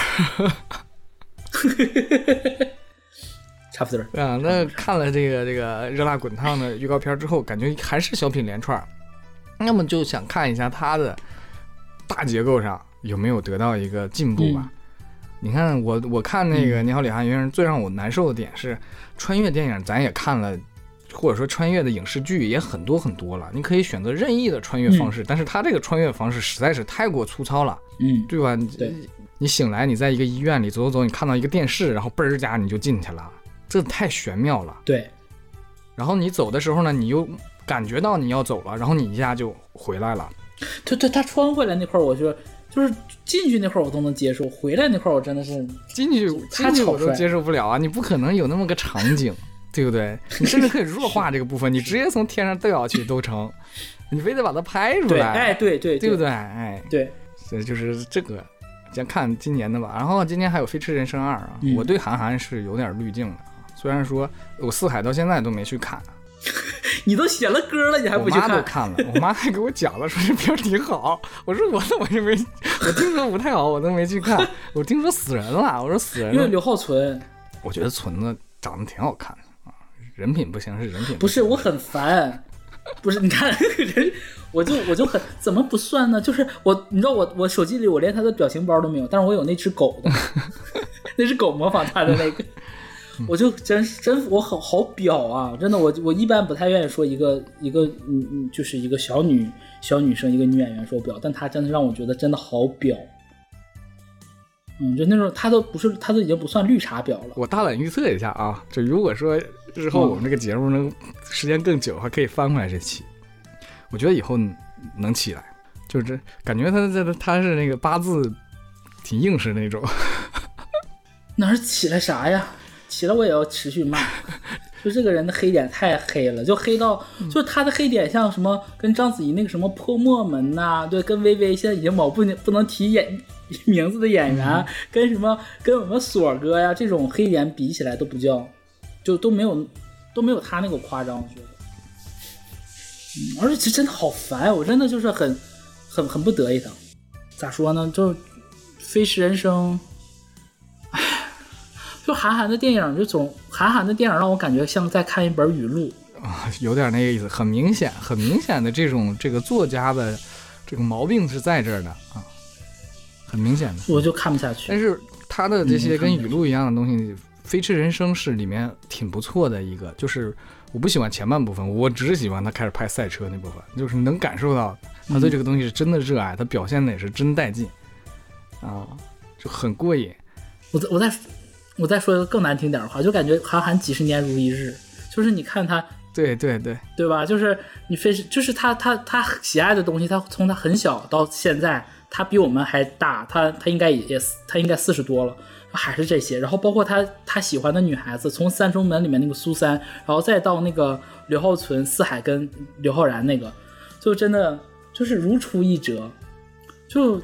差不多啊。那看了这个热辣滚烫的预告片之后，感觉还是小品连串，那么就想看一下他的大结构上有没有得到一个进步吧。你看我看那个你好李焕英，最让我难受的点是穿越电影咱也看了，或者说穿越的影视剧也很多很多了，你可以选择任意的穿越方式，但是他这个穿越方式实在是太过粗糙了，对吧？ 对， 你醒来你在一个医院里走，你看到一个电视，然后嘣儿家你就进去了，这太玄妙了。 对， 然后你走的时候呢，你又感觉到你要走了，然后你一下就回来了。 对，他穿回来那块我觉得就是进去那块我都能接受，回来那块我真的是进去我都接受不了啊！你不可能有那么个场景，对不对？你甚至可以弱化这个部分，你直接从天上掉下去都成，你非得把它拍出来。 哎，对， 对不对？哎， 对， 所以就是这个，先看今年的吧。然后今年还有《飞驰人生2》啊，我对韩寒是有点滤镜的，虽然说我四海到现在都没去看。 你都写了歌了，你还不去看？ 我妈都看了，我妈还给我讲了，说这片挺好。我说我就没，我听说不太好，我都没去看。我听说死人了，我说死人了。 因为刘浩存， 我觉得存子长得挺好看的啊，人品不行是人品不是，我很烦。不是，你看人，我就很怎么不算呢？就是你知道我手机里我连他的表情包都没有，但是我有那只狗的，那只狗模仿他的那个。我就真我好表啊！真的，我一般不太愿意说一个就是一个小女生一个女演员说表，但她真的让我觉得真的好表。就那种她都已经不算绿茶婊了。 我大胆预测一下啊，就如果说日后我们这个节目能时间更久，还可以翻回来这期，我觉得以后能起来。 就是感觉他是那个八字挺硬实那种。 哪儿起来啥呀？起来我也要持续骂。就这个人的黑点太黑了，就黑到就是他的黑点像什么跟章子怡那个什么泼墨门呐，对，跟薇薇现在已经某不能提名字的演员，跟什么跟我们锁哥呀这种黑点比起来都不叫，就都没有他那个夸张，我觉得。而且真的好烦，我真的就是很不得意的。咋说呢？就《飞驰人生》。就韩寒的电影，让我感觉像在看一本语录啊，有点那个意思，很明显的这个作家的这个毛病是在这儿的啊，很明显的， 我就看不下去。 但是他的这些跟语录一样的东西，飞驰人生是里面挺不错的一个，就是我不喜欢前半部分，我只喜欢他开始拍赛车那部分，就是能感受到他对这个东西是真的热爱，他表现的也是真带劲啊，就很过瘾。 我再说一个更难听点的话，就感觉韩寒几十年如一日，就是你看他， 对吧？就是你就是他喜爱的东西，他从他很小到现在，他比我们还大，他应该40多了，还是这些。然后包括他喜欢的女孩子，从《三重门》里面那个苏珊，然后再到那个刘浩存、四海跟刘昊然那个，就真的就是如出一辙，就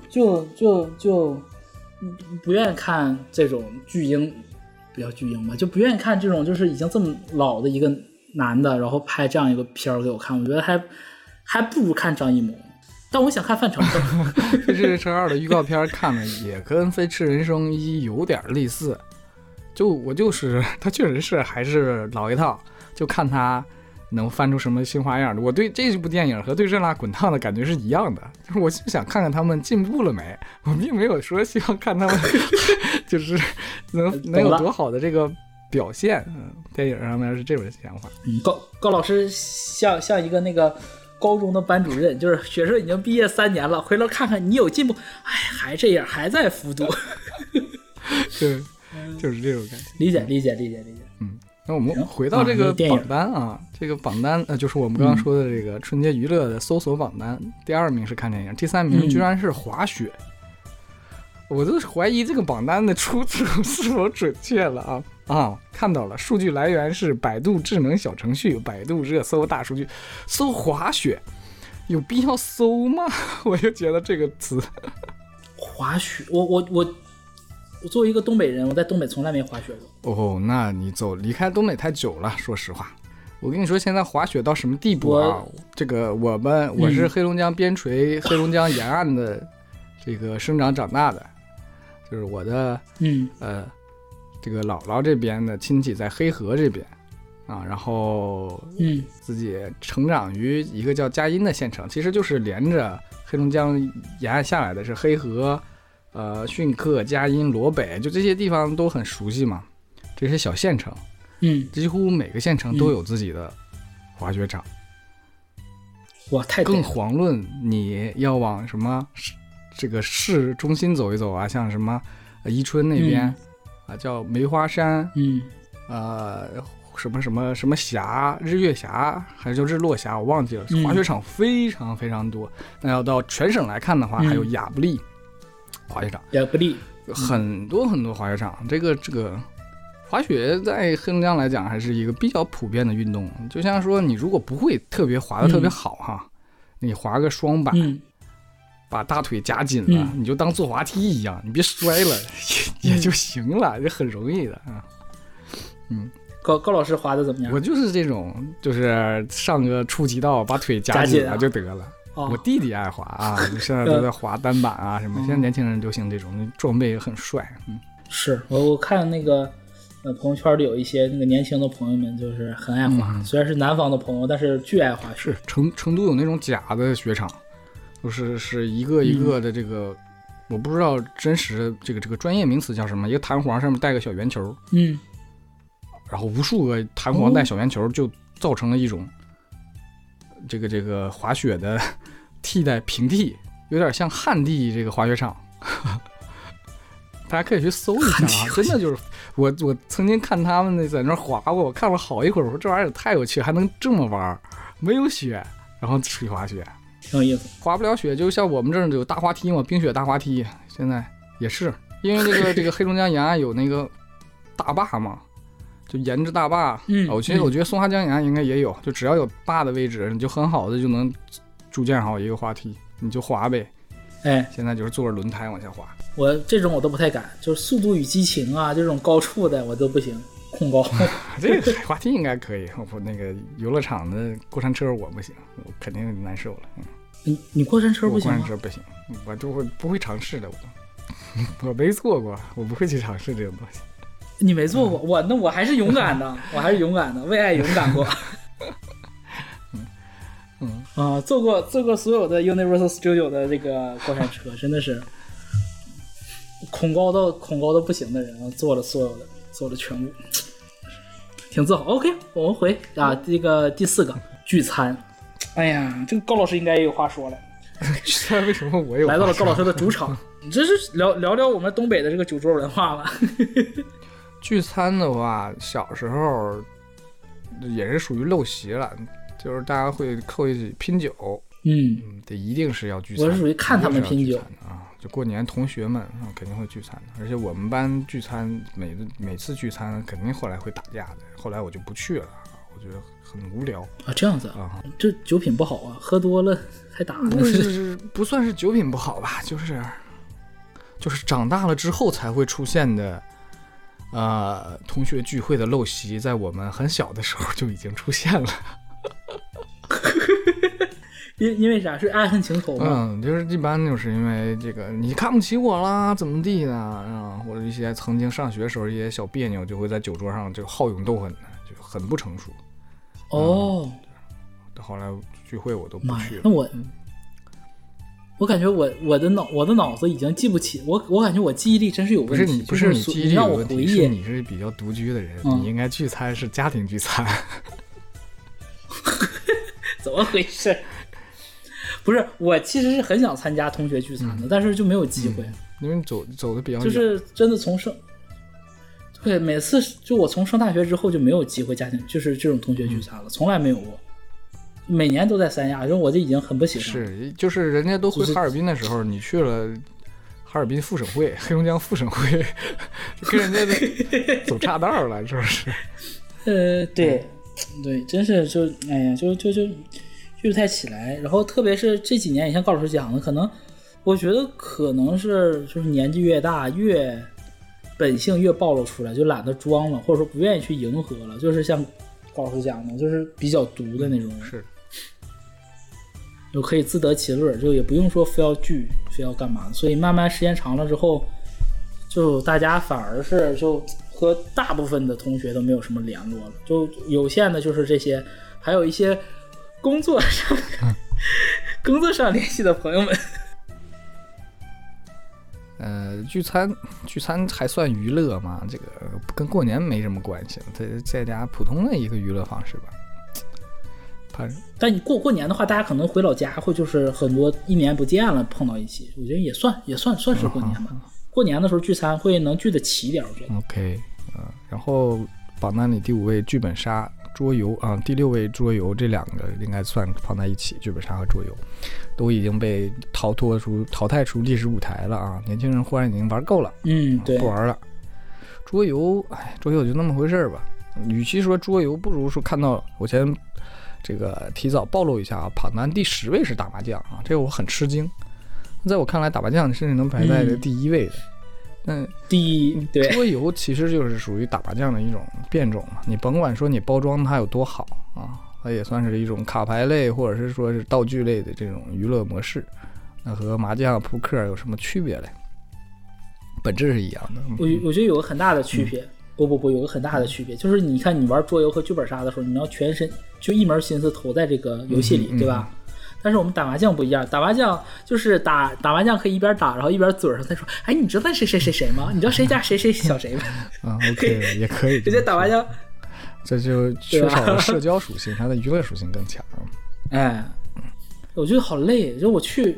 不愿意看这种巨婴，不要巨婴吧，就不愿意看这种就是已经这么老的一个男的，然后拍这样一个片儿给我看，我觉得还不如看张艺谋。但我想看范丞丞。 《飞驰人生2》的预告片看的也跟《飞驰人生1》有点类似，他确实是还是老一套，就看他能翻出什么新花样的。我对这部电影和对热辣滚烫的感觉是一样的，就是我就想看看他们进步了没，我并没有说希望看他们就是能有多好的这个表现。电影上面是这种想法。 高老师像一个那个高中的班主任，就是学生已经毕业3年了，回头看看你有进步，哎，还这样，还在复读。 对，就是这种感觉。 理解。 那我们回到这个榜单啊，这个榜单就是我们刚刚说的这个春节娱乐的搜索榜单，第2名是看电影，第3名居然是滑雪。我都怀疑这个榜单的出处是否准确了啊！看到了，数据来源是百度智能小程序、百度热搜大数据，搜滑雪，有必要搜吗？我就觉得这个词， 滑雪，我作为一个东北人，我在东北从来没滑雪过。 哦，那你离开东北太久了。说实话，我跟你说，现在滑雪到什么地步啊？这个我是黑龙江边陲、黑龙江沿岸的这个生长长大的，就是我的这个姥姥这边的亲戚在黑河这边啊，然后自己成长于一个叫佳音的县城，其实就是连着黑龙江沿岸下来的，是黑河。逊克、佳音、罗北，就这些地方都很熟悉嘛。这些小县城，几乎每个县城都有自己的滑雪场。 哇，太更遑论你要往什么这个市中心走一走啊，像什么伊春那边叫梅花山，什么峡，日月峡还是叫日落峡，我忘记了。滑雪场非常非常多。那要到全省来看的话，还有亚布力。滑雪场也不利， 很多滑雪场。这个滑雪在黑龙江来讲还是一个比较普遍的运动。就像说你如果不会特别滑得特别好哈，你滑个双板，把大腿夹紧了，你就当坐滑梯一样，你别摔了也就行了，就很容易的啊。 高老师滑的怎么样？ 我就是这种，就是上个初级道把腿夹紧了就得了。我弟弟爱滑啊，现在都在滑单板啊什么。现在年轻人流行这种，装备也很帅。 是我看那个朋友圈里有一些那个年轻的朋友们，就是很爱滑，虽然是南方的朋友，但是巨爱滑雪。 是成都有那种假的雪场，是一个一个的这个，我不知道真实这个专业名词叫什么，一个弹簧上面带个小圆球，然后无数个弹簧带小圆球，就造成了一种。这个滑雪的替代平地，有点像旱地这个滑雪场，大家可以去搜一下啊！真的就是我曾经看他们在那滑过，我看了好一会儿，我说这玩意儿太有趣，还能这么玩，没有雪，然后去滑雪。 挺有意思。 滑不了雪，就像我们这儿有大滑梯嘛，冰雪大滑梯，现在也是因为这个黑龙江沿岸有那个大坝嘛，就沿着大坝。我觉得松花江沿岸应该也有，就只要有坝的位置，你就很好的就能筑建好一个滑梯，你就滑呗。现在就是坐着轮胎往下滑。 我这种我都不太敢，就是速度与激情啊这种高处的我都不行，恐高。 这个滑梯应该可以，我那个游乐场的过山车我不行，我肯定难受了。 你过山车不行吗？ 过山车不行，我就不会尝试的，我没做过，我不会去尝试这种东西。 你没做过，那我还是勇敢的，我还是勇敢的，为爱勇敢过。做过所有的 Universal Studio 的这个过山车，真的是恐高到不行的人，做了所有的，做了全部，挺自豪。OK， 我们回这个第4个聚餐。哎呀，这个高老师应该也有话说了。 聚餐为什么我有？ 来到了高老师的主场，你这是聊聊我们东北的这个酒桌文化吧？ 聚餐的话，小时候也是属于陋习了。就是大家会凑一起拼酒，这一定是要聚餐。 我是属于看他们拼酒啊，就过年同学们肯定会聚餐的，而且我们班聚餐每次聚餐肯定后来会打架的，后来我就不去了，我觉得很无聊啊。这样子啊，这酒品不好啊，喝多了还打呢。 不算是酒品不好吧，就是长大了之后才会出现的。同学聚会的陋习，在我们很小的时候就已经出现了。 因为啥？是爱恨情仇吗？ 就是一般就是因为这个你看不起我啦，怎么地的或者一些曾经上学时候一些小别扭，就会在酒桌上就好勇斗狠的，就很不成熟。后来聚会我都不去了。 那我感觉我的脑子已经记不起，我感觉我记忆力真是有问题。 不是你记忆力有问题， 是你是比较独居的人，你应该聚餐是家庭聚餐。 怎么回事？不是，我其实是很想参加同学聚餐的，但是就没有机会， 因为走的比较远， 就是真的对，每次就我从上大学之后就没有机会家庭就是这种同学聚餐了，从来没有过。每年都在三亚，我就已经很不喜欢。 是，就是人家都回哈尔滨的时候，你去了哈尔滨副省会、黑龙江副省会，跟人家走岔道了，是不是？ 对，真是就哎呀，就聚不太起来。然后特别是这几年，也像高老师讲的，可能我觉得可能是就是年纪越大，越本性越暴露出来，就懒得装了，或者说不愿意去迎合了，就是像高老师讲的，就是比较毒的那种人。 是。 就可以自得其乐，就也不用说非要聚，非要干嘛的。所以慢慢时间长了之后，就大家反而是就和大部分的同学都没有什么联络了，就有限的就是这些，还有一些工作上联系的朋友们。 聚餐还算娱乐吗？这个跟过年没什么关系，在家普通的一个娱乐方式吧。 但你过年的话，大家可能回老家会就是很多一年不见了碰到一起，我觉得也算是过年吧。过年的时候聚餐会能聚得齐一点，我觉得。 OK，然后榜单里第5位剧本杀桌游第6位桌游，这两个应该算放在一起，剧本杀和桌游都已经被淘汰出历史舞台了啊！年轻人忽然已经玩够了， 对， 不玩了。桌游就那么回事吧。与其说桌游，不如说看到我先。这个提早暴露一下榜单第10位是打麻将这个我很吃惊。在我看来，打麻将甚至能排在第1位的。 对， 桌游其实就是属于打麻将的一种变种嘛。你甭管说你包装它有多好它也算是一种卡牌类或者是说是道具类的这种娱乐模式。那和麻将、扑克有什么区别嘞？本质是一样的。 我觉得有个很大的区别。不，有个很大的区别，就是你看你玩桌游和剧本杀的时候，你要全身就一门心思投在这个游戏里，对吧？但是我们打麻将不一样，打麻将就是打麻将可以一边打，然后一边嘴上再说，哎，你知道谁吗？你知道谁家谁小谁吗 ？OK， 也可以。 直接打麻将， 这就缺少了社交属性，它的娱乐属性更强。 我觉得好累，就我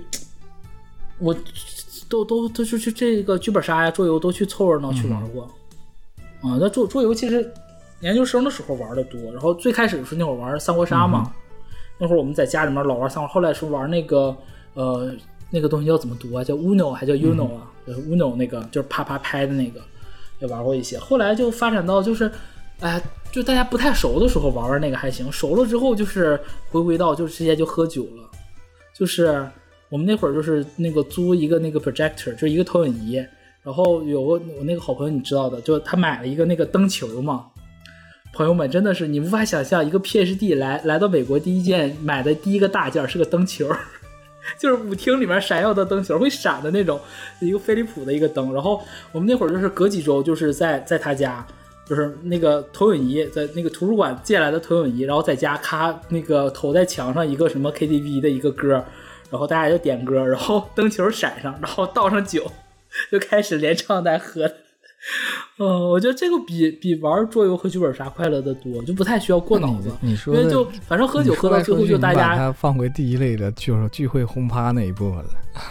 都去这个剧本杀呀、桌游都去凑热闹去玩过。那桌游其实研究生的时候玩的多，然后最开始是那会儿玩三国杀嘛， 那会儿我们在家里面老玩三国，后来是玩那个那个东西叫怎么读啊？叫 Uno 还叫 Uno 啊？就是 Uno 那个就是啪啪拍的那个，也玩过一些。后来就发展到就是，就大家不太熟的时候玩那个还行，熟了之后就是回归到就直接就喝酒了。就是我们那会儿就是那个租一个那个 projector， 就是一个投影仪，然后我那个好朋友你知道的，就他买了一个那个灯球嘛。朋友们真的是你无法想象，一个 PhD 来到美国第一件买的第一个大件是个灯球，就是舞厅里面闪耀的灯球，会闪的那种，一个飞利浦的一个灯。然后我们那会儿就是隔几周就是在他家，就是那个投影仪在那个图书馆借来的投影仪，然后在家咔那个投在墙上一个什么 KTV 的一个歌，然后大家就点歌，然后灯球闪上，然后倒上酒，就开始连唱带喝。我觉得这个比玩桌游和剧本杀快乐的多，就不太需要过脑子。 你说的， 因为就反正喝酒喝到最后就大家把它放回第一类的，就是聚会轰趴那一部分了。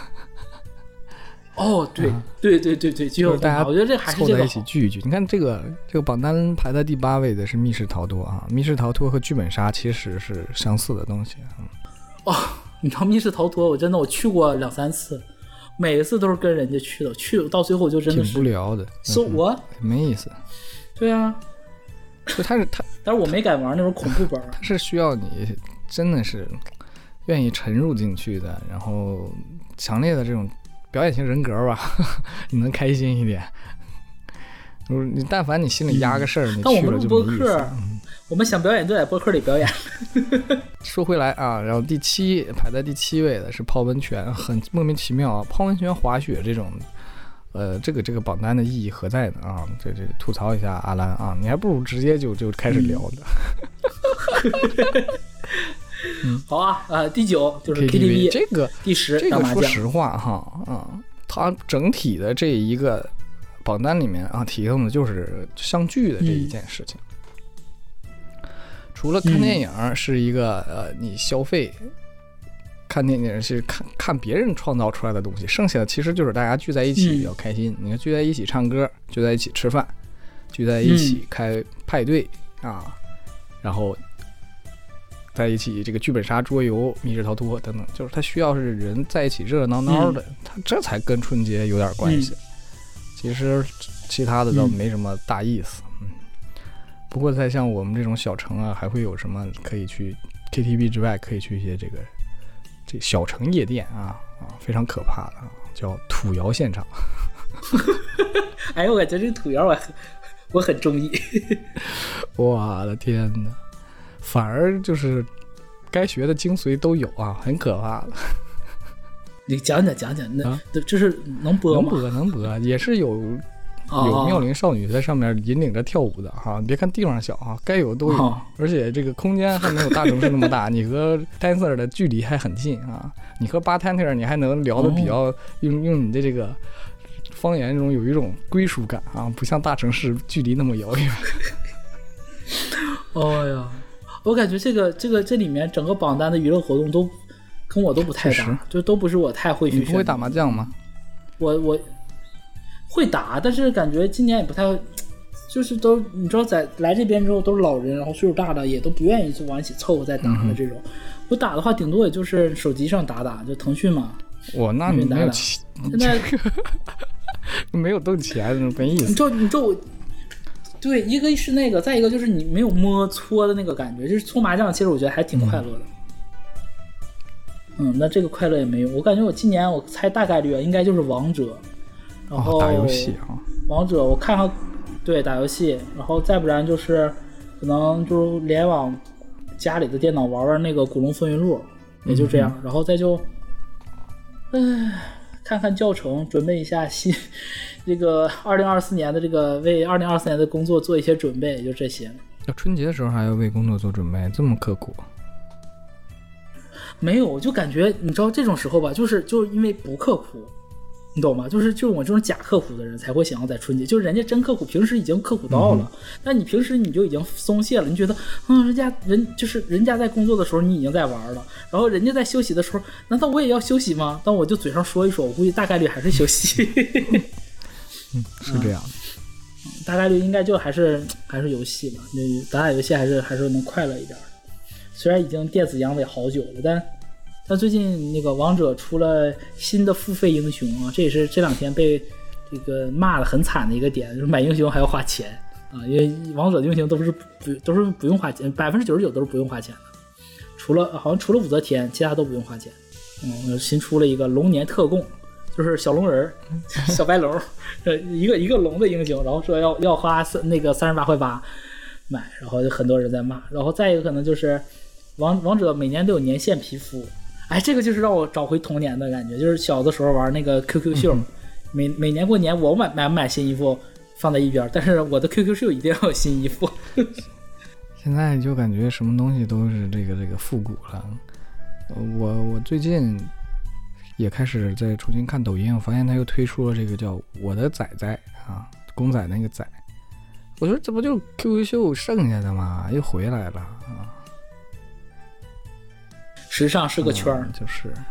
对，聚会轰趴，我觉得这还是这个凑在一起聚一聚。你看这个榜单排在第8位的是密室逃脱啊，密室逃脱和剧本杀其实是相似的东西。 你知道密室逃脱，我去过2、3次。每一次都是跟人家去的，去到最后就真的是挺无聊的， 我没意思。 对啊， 就但是我没敢玩那种恐怖本。 它是需要你真的是愿意沉入进去的，然后强烈的这种表演型人格吧，你能开心一点。你但凡你心里压个事儿，你去了就没意思。 我们想表演就在播客里表演。 说回来啊，然后排在第7位的是泡温泉，很莫名其妙啊！泡温泉、滑雪这种，这个榜单的意义何在呢？啊，这吐槽一下阿兰啊，你还不如直接就开始聊的。 好啊，第9就是 KTV， 这个第10 这个说实话哈它整体的这一个榜单里面啊，提供的就是相聚的这一件事情。除了看电影是一个你消费，看电影是看别人创造出来的东西，剩下的其实就是大家聚在一起比较开心。你看聚在一起唱歌，聚在一起吃饭，聚在一起开派对啊，然后在一起这个剧本杀、桌游、密室逃脱等等，就是它需要是人在一起热热闹闹的，它这才跟春节有点关系。其实其他的倒没什么大意思。不过在像我们这种小城啊，还会有什么可以去 KTV 之外，可以去一些这小城夜店啊，非常可怕的叫土窑现场。 哎，我感觉这个土窑我很中意。 我的天哪，反而就是该学的精髓都有啊，很可怕的。 你讲讲，那这是能播吗？ 能播，也是有妙龄少女在上面引领着跳舞的哈。你别看地方小哈，该有都有，而且这个空间还没有大城市那么大，你和 dancer 的距离还很近啊。你和 bartender 你还能聊得比较用你的这个方言中有一种归属感啊，不像大城市距离那么遥远。 哎呀，我感觉这里面整个榜单的娱乐活动都跟我都不太搭，就都不是我太会去。 你不会打麻将吗？ 我会打，但是感觉今年也不太，就是都你知道，来这边之后都是老人，然后岁数大的也都不愿意就往一起凑合再打的这种。我打的话，顶多也就是手机上打，就腾讯嘛。 那你没有现在没有动起来的没意思。 你知道我。对，一个是那个，再一个就是你没有摸搓的那个感觉，就是搓麻将，其实我觉得还挺快乐的。那这个快乐也没有，我感觉我今年我猜大概率应该就是王者，然后打游戏啊， 王者我看看，对，打游戏，然后再不然就是可能就联网家里的电脑玩那个古龙风云录，也就这样，然后再就，看看教程，准备一下这个2024年的这个为2024年的工作做一些准备，也就这些。 春节的时候还要为工作做准备，这么刻苦？ 没有，我就感觉你知道这种时候吧，就是因为不刻苦，你懂吗？就是我这种假刻苦的人才会想要在春节，就是人家真刻苦，平时已经刻苦到了，但你平时你就已经松懈了，你觉得人家在工作的时候你已经在玩了，然后人家在休息的时候，难道我也要休息吗？但我就嘴上说一说，我估计大概率还是休息。 是这样的， 大概率应该就还是游戏吧，打游戏还是能快乐一点。 虽然已经电子阳痿好久了，但最近那个王者出了新的付费英雄啊，这也是这2天被这个骂的很惨的一个点，就是买英雄还要花钱啊，因为王者的英雄都是不用花钱，99%都是不用花钱的，好像除了武则天，其他都不用花钱。新出了一个龙年特供，就是小龙人小白龙，一个龙的英雄，然后说要花那个38.8块买，然后就很多人在骂。然后再一个可能就是王者每年都有年限皮肤，哎，这个就是让我找回童年的感觉，就是小的时候玩那个 QQ 秀，每年过年我买不买新衣服放在一边，但是我的 QQ 秀一定要有新衣服。 现在就感觉什么东西都是这个复古了。我最近也开始在重新看抖音，我发现他又推出了这个叫我的仔仔啊，公仔那个仔，我说这不就 QQ 秀剩下的吗？又回来了啊！ 时尚是个圈就是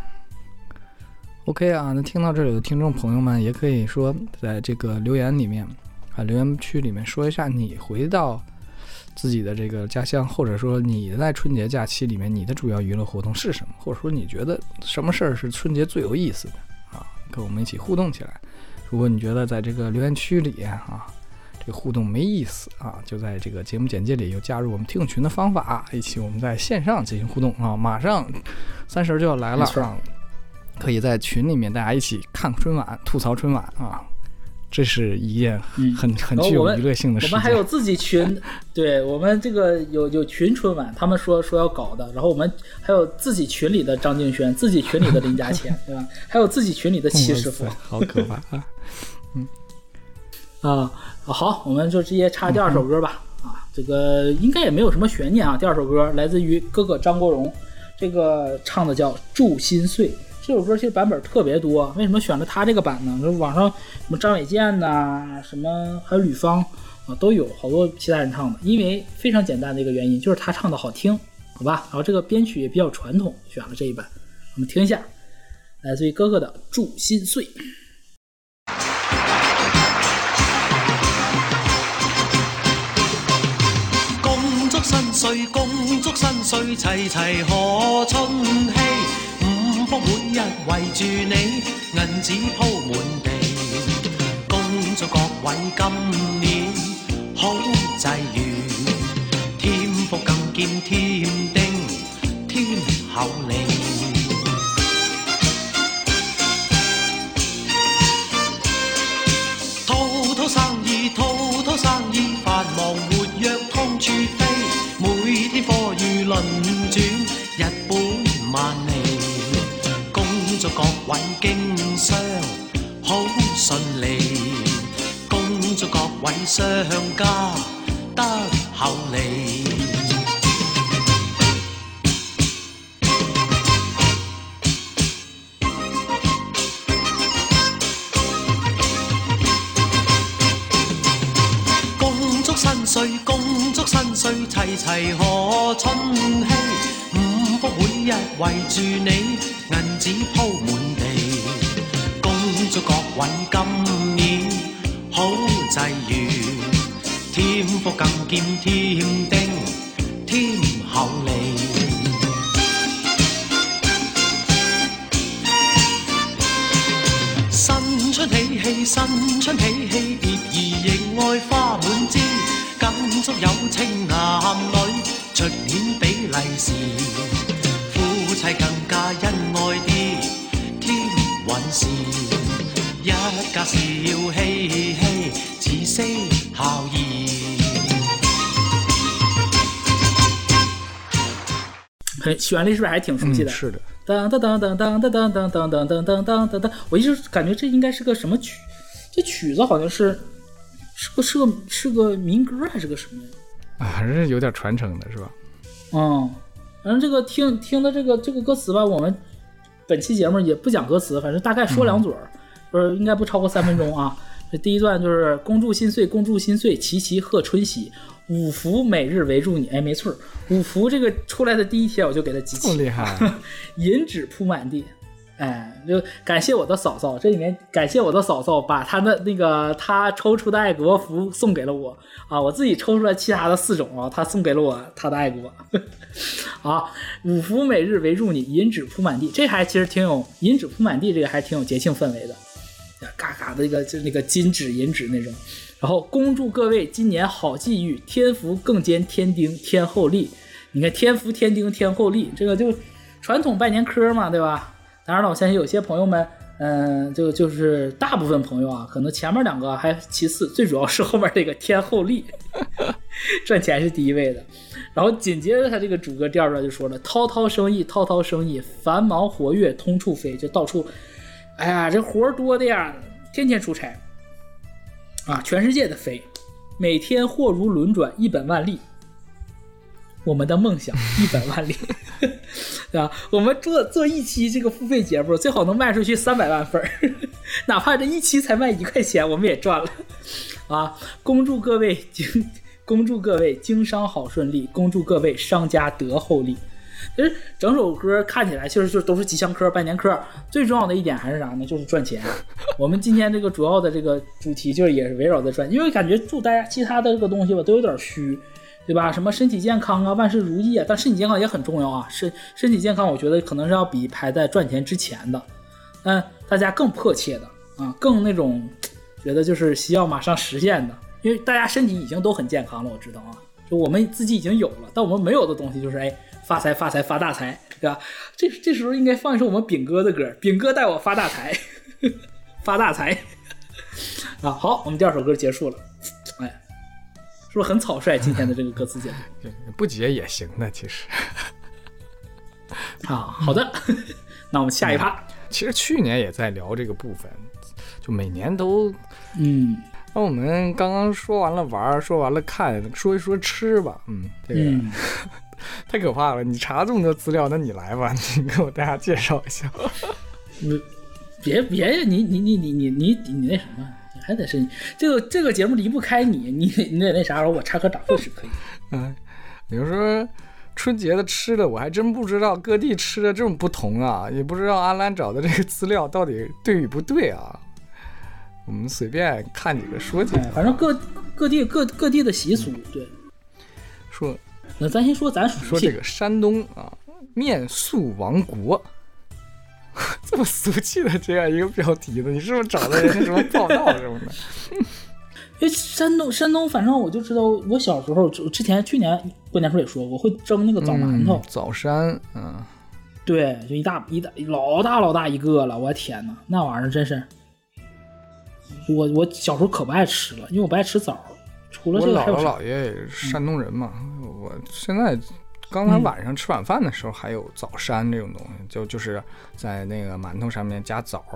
OK 啊。那听到这里的听众朋友们，也可以说在这个留言里面啊，留言区里面说一下你回到自己的这个家乡，或者说你在春节假期里面你的主要娱乐活动是什么，或者说你觉得什么事儿是春节最有意思的啊，跟我们一起互动起来。如果你觉得在这个留言区里啊这个互动没意思啊，就在这个节目简介里有加入我们听友群的方法，一起我们在线上进行互动啊。马上30就要来了啊，可以在群里面大家一起看春晚，吐槽春晚啊。这是一件很具有娱乐性的事情。 我们还有自己群，对，我们这个有群春晚，他们说要搞的，然后我们还有自己群里的张敬轩，自己群里的林家谦，对吧？还有自己群里的戚师傅， 好可怕啊！ 好，我们就直接插第2首歌吧。这个应该也没有什么悬念啊。第2首歌来自于哥哥张国荣，这个唱的叫《祝心碎》。这首歌其实版本特别多，为什么选了他这个版呢？就是网上什么张卫健呐，什么还有吕方啊，都有好多其他人唱的。因为非常简单的一个原因，就是他唱的好听，好吧？然后这个编曲也比较传统，选了这一版，我们听一下，来自于哥哥的《祝心碎》。 恭祝新歲，恭祝新歲，齊齊賀春禧。五福每日圍住你，銀紙鋪滿地。恭祝各位今年好際遇，添福更兼添丁，添厚利。滔滔生意，繁忙活躍通處飛，每天貨如輪轉，日本萬里。恭祝各位經商好順利，恭祝各位商家得厚利。恭祝新歲，齊齊賀春禧。五福每日圍住你，銀紙鋪滿地。恭祝各位今年好際遇，添福更兼添丁，添厚利。新春喜氣，新春喜氣，蝶兒迎愛花滿枝。更祝有情男女出年比利是，夫妻更加恩愛啲，添運事，一家笑嘻嘻，慈禧孝義。 旋律是不是还挺熟悉的？ 是的。 当当当当当当当当当当当当当当，我一直感觉这应该是个什么曲？这曲子好像是个民歌还是个什么呀？ 还是有点传承的是吧？ 反正这个听的这个歌词吧，我们本期节目也不讲歌词，反正大概说2嘴就是应该不超过3分钟啊。这第一段就是恭祝新岁，恭祝新岁，齐齐贺春喜，五福每日围住你。哎，没错，五福这个出来的第一天我就给它集齐， 这么厉害银纸铺满地。 就感谢我的嫂嫂，这里面感谢我的嫂嫂把她的那个她抽出的爱国服送给了我啊，我自己抽出来其他的4种啊，她送给了我她的爱国啊。五福每日围住你，银纸铺满地，这还其实挺有银纸铺满地，这个还挺有节庆氛围的，嘎嘎的就是那个金纸银纸那种。然后恭祝各位今年好际遇，天福更兼天丁天后利。你看天福天丁天后利，这个就传统拜年科嘛，对吧？当然了，我相信有些朋友们，就是大部分朋友啊，可能前面2个还其次，最主要是后面这个天后利，赚钱是第一位的。然后紧接着他这个主歌第2段就说了：滔滔生意，滔滔生意，繁忙活跃通处飞，就到处，哎呀，这活多的呀，天天出差啊，全世界的飞，每天货如轮转，1本万利。我们的梦想1本万利，对吧？我们做一期这个付费节目，最好能卖出去300万份，哪怕这一期才卖1块钱，我们也赚了啊！恭祝各位经商好顺利，恭祝各位商家得厚利。其实整首歌看起来其实就都是吉祥科、拜年科，最重要的一点还是啥呢？就是赚钱。我们今天这个主要的这个主题就是也是围绕在赚，因为感觉祝大家其他的这个东西吧都有点虚。对吧？什么身体健康啊，万事如意啊，但身体健康也很重要啊。身体健康，我觉得可能是要比排在赚钱之前的。大家更迫切的啊，更那种觉得就是需要马上实现的，因为大家身体已经都很健康了，我知道啊，就我们自己已经有了，但我们没有的东西就是发财发财发大财，对吧？这时候应该放一首我们炳哥的歌，炳哥带我发大财，发大财啊！好，我们第2首歌结束了。是不是很草率？今天的这个歌词节目不解也行的，其实啊，好的，那我们下一趴。 其实去年也在聊这个部分，就每年都那我们刚刚说完了玩，说完了看，说一说吃吧。这个太可怕了，你查这么多资料，那你来吧，你给我大家介绍一下。 别你那什么。还得是这个节目离不开你得那啥，我插科打诨是可以。 比如说春节的吃的，我还真不知道各地吃的这么不同啊，也不知道阿兰找的这个资料到底对与不对啊。我们随便看几个说几个， 反正各地的习俗，对。 说， 那咱先说咱说这个山东啊，面素王国。这么俗气的这样一个标题的，你是不是找的人家什么报道什么的？ 因为山东，反正我就知道，我小时候去年过年时候也说过，会蒸那个枣馒头， 枣山， 对，就一大老大一个了，我天哪，那玩意儿真是，我小时候可不爱吃了，因为我不爱吃枣。除了这个， 我姥姥姥爷也是山东人嘛，我现在。刚才晚上吃晚饭的时候还有枣山这种东西，就是在那个馒头上面加枣。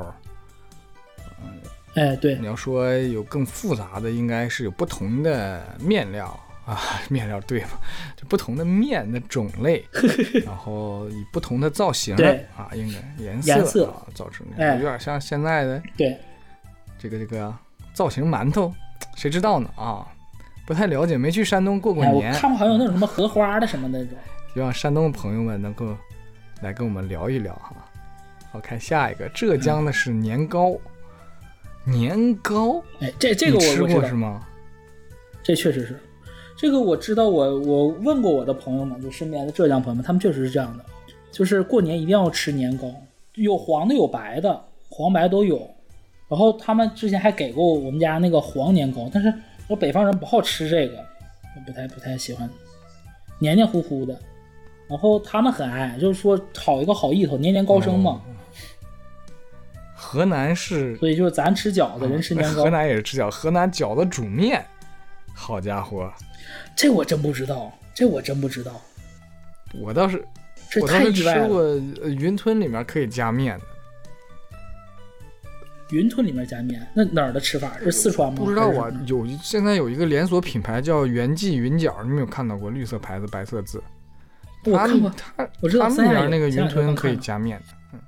对， 你要说有更复杂的，应该是有不同的面料啊，面料对吧？就不同的面的种类，然后以不同的造型啊，应该颜色啊造成的，有点像现在的这个造型馒头，谁知道呢啊？不太了解，没去山东过年。 我看过好像有那种什么荷花的什么的。 希望山东的朋友们能够来跟我们聊一聊哈。好，看下一个，浙江的是年糕。年糕， 这个我吃过是吗？ 这确实是，这个我知道。我问过我的朋友们，就身边的浙江朋友们，他们确实是这样的，就是过年一定要吃年糕，有黄的有白的，黄白都有。然后他们之前还给过我们家那个黄年糕，但是我北方人不好吃这个，我不太喜欢，黏黏糊糊的。然后他们很爱，就是说讨一个好意头，年年高升嘛。 河南是， 所以就是咱吃饺子，人吃年糕。 河南也是吃饺子，河南饺子煮面，好家伙， 这我真不知道， 我倒是吃过云吞里面可以加面的。 云吞里面加面，那哪儿的吃法？是四川吗？ 不知道啊，现在有一个连锁品牌叫元记云饺，你没有看到过？绿色牌子白色字。 我看过，我知道他们那边那个云吞可以加面的。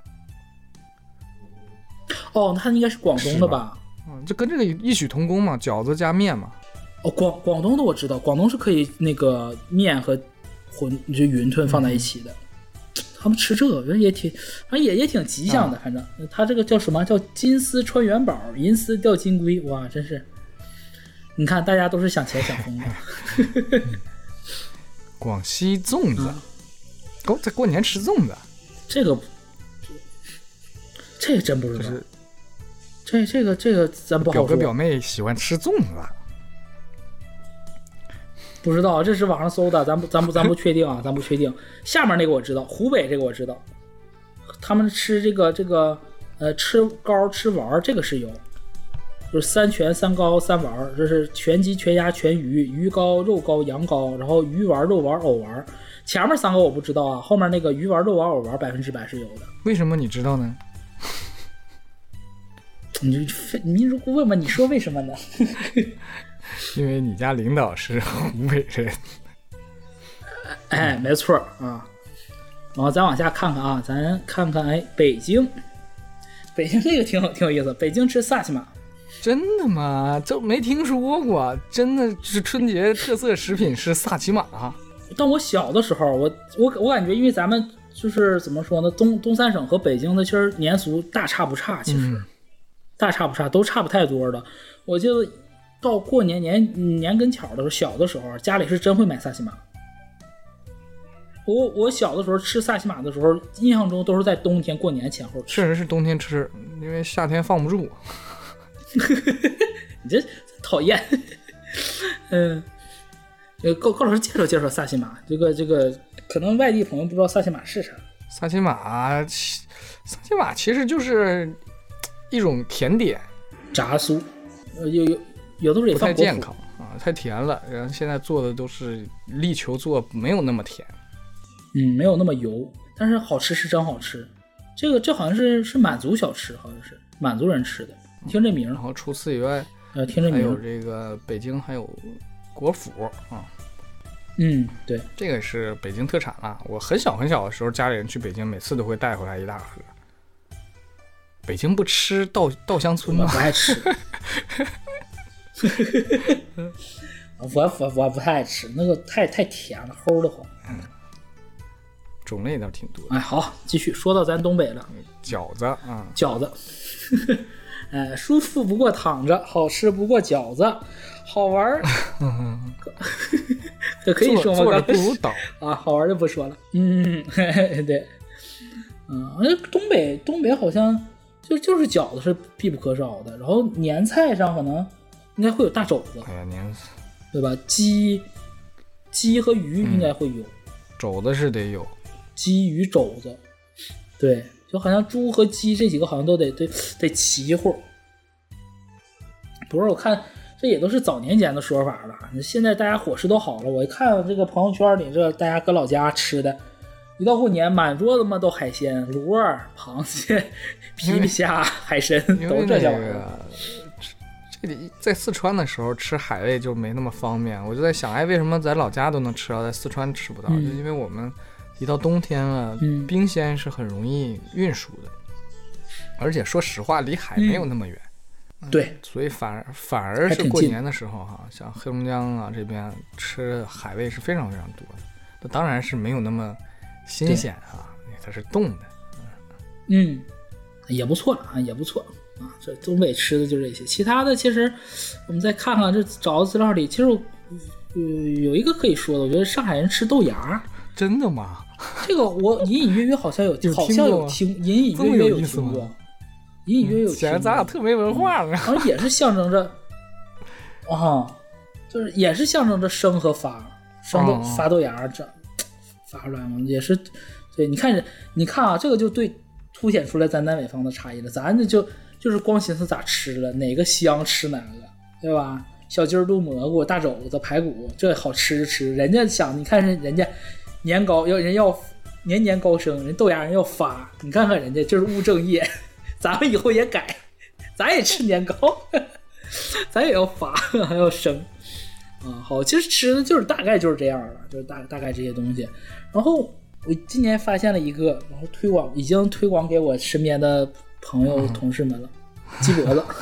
哦，那应该是广东的吧？ 就跟这个异曲同工嘛，饺子加面嘛。 哦，广东的我知道，广东是可以那个面和就云吞放在一起的， 他们吃这个也挺，反正也挺吉祥的。反正他这个叫什么？叫金丝穿元宝，银丝吊金龟。哇，真是！你看，大家都是想钱想疯了。 广西粽子，在过年吃粽子， 这个真不知道。这个咱不好说。 表哥表妹喜欢吃粽子。 不知道，这是网上搜的，咱不确定啊，咱不确定。下面那个我知道，湖北这个我知道，他们吃这个吃糕吃丸，这个是有，就是3全3糕3丸，这是全鸡全鸭全鱼，鱼糕肉糕羊糕，然后鱼丸肉丸藕丸。前面3个我不知道啊，后面那个鱼丸肉丸藕丸100%是有的。 为什么你知道呢？ 你如果问嘛，你说为什么呢？ 因为你家领导是湖北人。 哎，没错啊。然后咱往下看看啊，咱看看北京这个挺有意思。北京吃萨琪玛， 真的吗？这没听说过，真的是春节特色食品是萨琪玛。 但我小的时候，我感觉，因为咱们就是怎么说呢，东三省和北京的其实年俗大差不差，其实、大差不差，都差不太多的。我记得到过年跟巧的时候，小的时候家里是真会买萨琪玛。我小的时候吃萨琪玛的时候，印象中都是在冬天过年前后吃。 确实是冬天吃，因为夏天放不住。 你这讨厌。高老师介绍萨琪玛，这个可能外地朋友不知道萨琪玛是啥。 萨琪玛其实就是一种甜点， 炸酥，有的时候也放不太健康啊，太甜了。然后现在做的都是力求做没有那么甜， 没有那么油，但是好吃是真好吃。这好像是满族小吃，好像是满族人吃的。听这名， 然后除此以外， 听这名， 还有这个北京还有果脯啊。 对， 这个是北京特产了。我很小的时候，家里人去北京，每次都会带回来一大盒。北京不吃稻香村吗？ 我不爱吃。我不太爱吃，那个太甜了，齁的慌。 种类倒挺多的。 哎，好，继续说到咱东北了。 饺子啊， 饺子，舒服不过躺着，好吃不过饺子，好玩。这可以说吗？ 坐着不如倒啊，好玩就不说了。对，东北好像就是饺子是必不可少的，然后年菜上可能应该会有大肘子。 哎呀， 对吧？鸡和鱼应该会有， 肘子是得有， 鸡鱼肘子，对，就好像猪和鸡这几个好像都得齐乎。不是，我看这也都是早年间的说法了，现在大家伙食都好了。我一看这个朋友圈里，这大家搁老家吃的，一到过年满桌子嘛都海鲜，螺、螃蟹、皮皮虾、海参，都这些玩意儿。 这里在四川的时候吃海味就没那么方便，我就在想，为什么在老家都能吃到，在四川吃不到？就因为我们一到冬天了，冰鲜是很容易运输的，而且说实话，离海没有那么远。 对， 所以反而是过年的时候像黑龙江啊这边吃海味是非常非常多的，那当然是没有那么新鲜因为它是冻的。 也不错了也不错啊。这东北吃的就这些，其他的其实我们再看看这找的资料里，其实有一个可以说的，我觉得上海人吃豆芽。 真的吗？ 这个我隐隐约约好像有听，隐隐约约有听过。隐隐约约有听过， 显然咱俩特没文化啊。 好像也是象征着就是也是象征着生和发豆芽这发出来嘛，也是。对，你看啊，这个就对凸显出来咱南北方的差异了。咱这就是光寻思咋吃了，哪个香吃哪个，对吧？小鸡儿炖蘑菇、大肘子、排骨，这好吃就吃。人家想，你看人家年要年年高升，人豆芽人要发，你看看人家就是务正业。咱们以后也改，咱也吃年糕，咱也要发，还要生好，其实吃的就是大概就是这样了，就是大概这些东西。然后我今年发现了一个，然后已经推广给我身边的朋友同事们了，鸡脖子。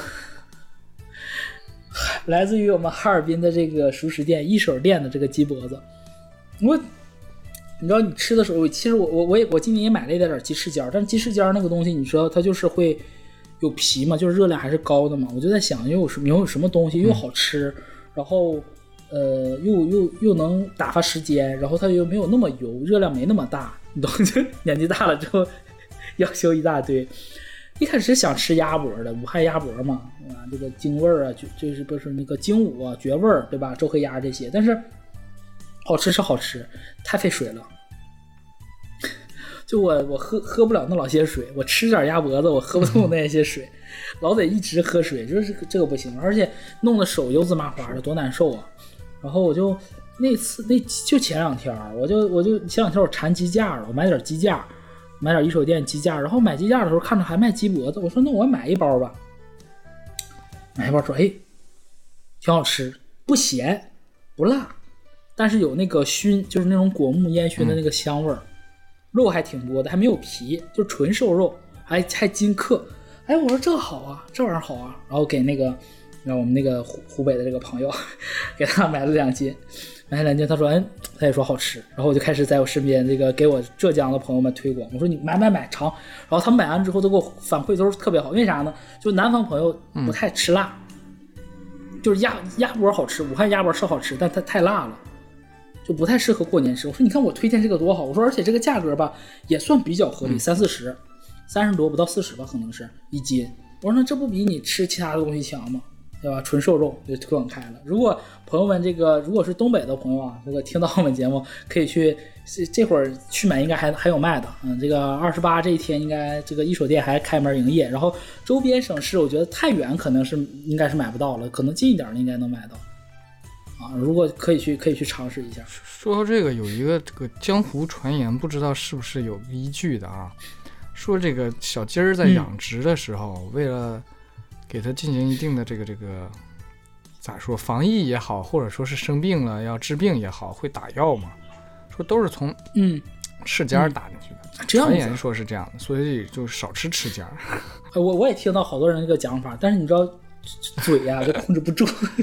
来自于我们哈尔滨的这个熟食店一手店的这个鸡脖子， 你知道你吃的时候，其实我今年也买了一点鸡翅尖，但是鸡翅尖那个东西，你知道它就是会有皮嘛，就是热量还是高的嘛。我就在想，有什么东西又好吃，然后又能打发时间，然后它又没有那么油，热量没那么大，你懂？就年纪大了之后要求一大堆。一开始想吃鸭脖的，武汉鸭脖嘛，啊，这个京味儿啊，就是不是那个京武啊，绝味儿，对吧？周黑鸭这些，但是好吃是好吃，太费水了。就我喝不了那老些水，我吃点鸭脖子我喝不动那些水，老得一直喝水，就是这个不行，而且弄得手油滋麻花的，多难受啊！然后我就就前两天，我就前两天我馋鸡架了，我买点鸡架。买点一手店鸡架，然后买鸡架的时候看着还卖鸡脖子，我说那我买一包吧。买一包说，哎，挺好吃，不咸不辣，但是有那个熏，就是那种果木烟熏的那个香味儿，肉还挺多的，还没有皮，就纯瘦肉，还筋克。哎，我说这好啊，这玩意儿好啊，然后给让我们那个湖北的这个朋友给他买了2斤。他说他也说好吃，然后我就开始在我身边这个给我浙江的朋友们推广，我说你买尝，然后他们买完之后都给我反馈都是特别好，为啥呢？就南方朋友不太吃辣，就是鸭脖好吃，武汉鸭脖是好吃，但它太辣了，就不太适合过年吃。我说你看我推荐这个多好，我说而且这个价格吧也算比较合理，30多不到40吧，可能是1斤。我说那这不比你吃其他的东西强吗？对吧？纯瘦肉就推广开了。如果朋友们如果是东北的朋友啊，这个听到我们节目可以去，这会儿去买应该还有卖的。这个28这一天应该这个一手店还开门营业。然后周边省市我觉得太远可能是应该是买不到了，可能近一点的应该能买到。啊，如果可以去尝试一下。 说到这个，有一个这个江湖传言，不知道是不是有依据的啊？说这个小鸡儿在养殖的时候，为了给它进行一定的这个咋说防疫也好，或者说是生病了要治病也好，会打药嘛？说都是从翅尖打进去的，传言说是这样的，所以就少吃翅尖。 我也听到好多人这个讲法，但是你知道嘴呀就控制不住，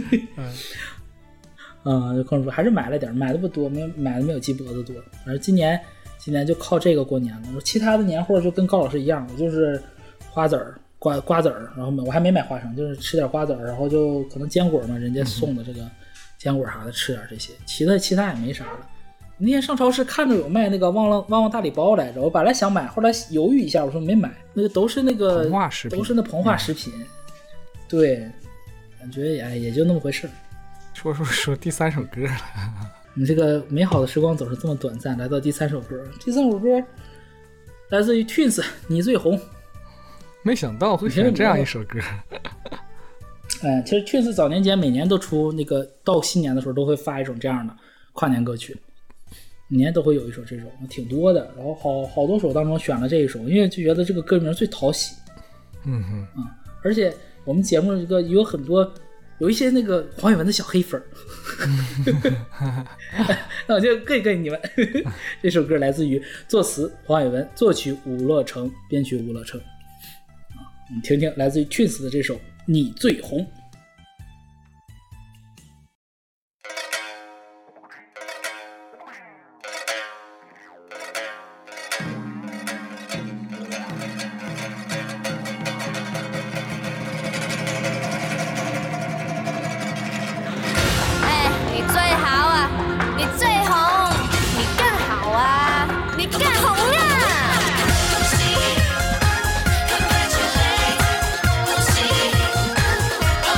就控制不住，还是买了点，买的不多，买的没有鸡脖子多。反正今年就靠这个过年了，其他的年货就跟高老师一样，我就是花籽儿。瓜子儿，然后我还没买花生，就是吃点瓜子儿，然后就可能坚果嘛，人家送的这个坚果啥的，吃点这些，其他也没啥了。那天上超市看着有卖那个旺旺大礼包来着，我本来想买，后来犹豫一下，我说没买，那个都是那个膨化食品， 都是那膨化食品，对，感觉也就那么回事。 说第3首歌了， 你这个美好的时光总是这么短暂。来到第3首歌，第3首歌来自于 Twins， 你最红。 没想到会选这样一首歌。 其实确实早年间每年都出那个到新年的时候都会发一种这样的跨年歌曲，每年都会有一首这种，挺多的。然后好多首当中选了这一首，因为就觉得这个歌名最讨喜。而且我们节目这个有一些那个黄伟文的小黑粉那我就跟你们这首歌来自于作词黄伟文，作曲吴乐成，编曲吴乐成。我们听听来自于 Twins 的这首《你最红》。 你最好啊，你最红，你更好啊，你更红啊！恭喜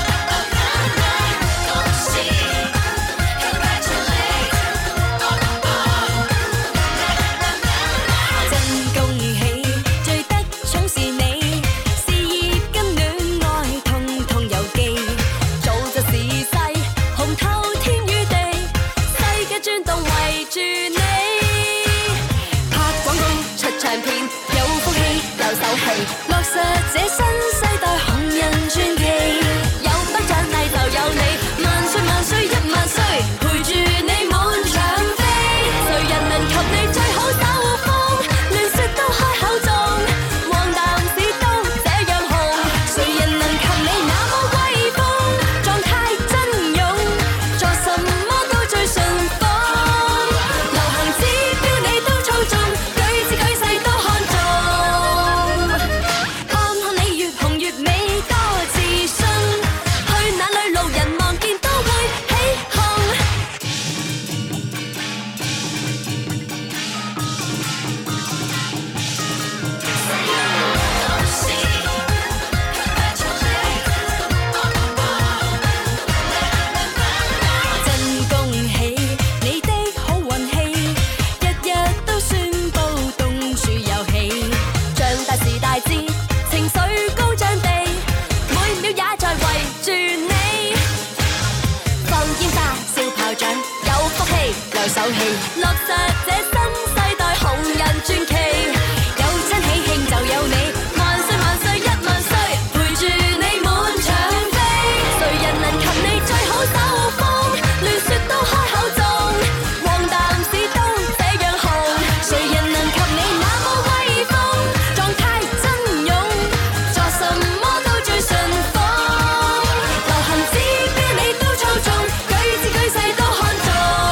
夠手氣，落實這新世代紅人傳奇，有親喜慶就有你，萬歲萬歲1萬歲，陪住你滿場飛，誰人能及你最好手風，亂説都開口中，黃淡市都這樣紅，誰人能及你那麼威風，狀態真勇，做什麼都最順風，流行指標你都操縱，舉止舉世都看重，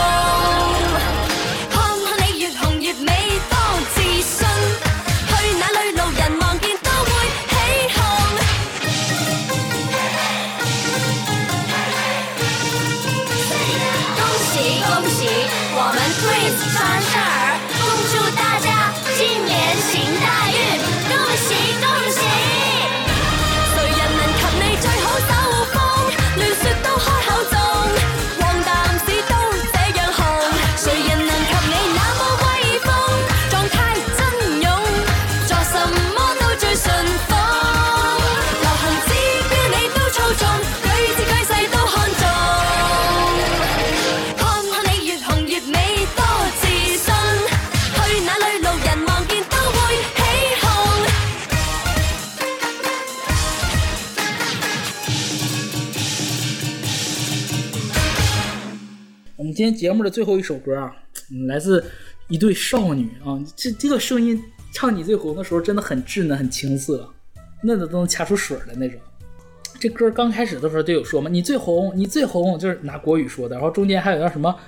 看看你越紅越美多自信，去哪裏路人望見都會起哄。恭喜恭喜，我們 Twins 穿事兒，恭祝大家今年行大運，恭喜恭喜！誰人能及你最好手風，亂説都開口中，黃淡市都這樣紅，誰人能及你那麼威風，狀態真勇，做什麼都最順風，流行指標你都操縱，舉止舉世都看重，看看你越紅越美多自信，去哪裏路人望見都會起哄。 我们今天节目的最后一首歌啊，来自一对少女啊，这个声音唱你最红的时候真的很稚嫩很青涩，嫩的都能掐出水的那种。这歌刚开始的时候就有说嘛，你最红你最红，就是拿国语说的，然后中间还有叫什么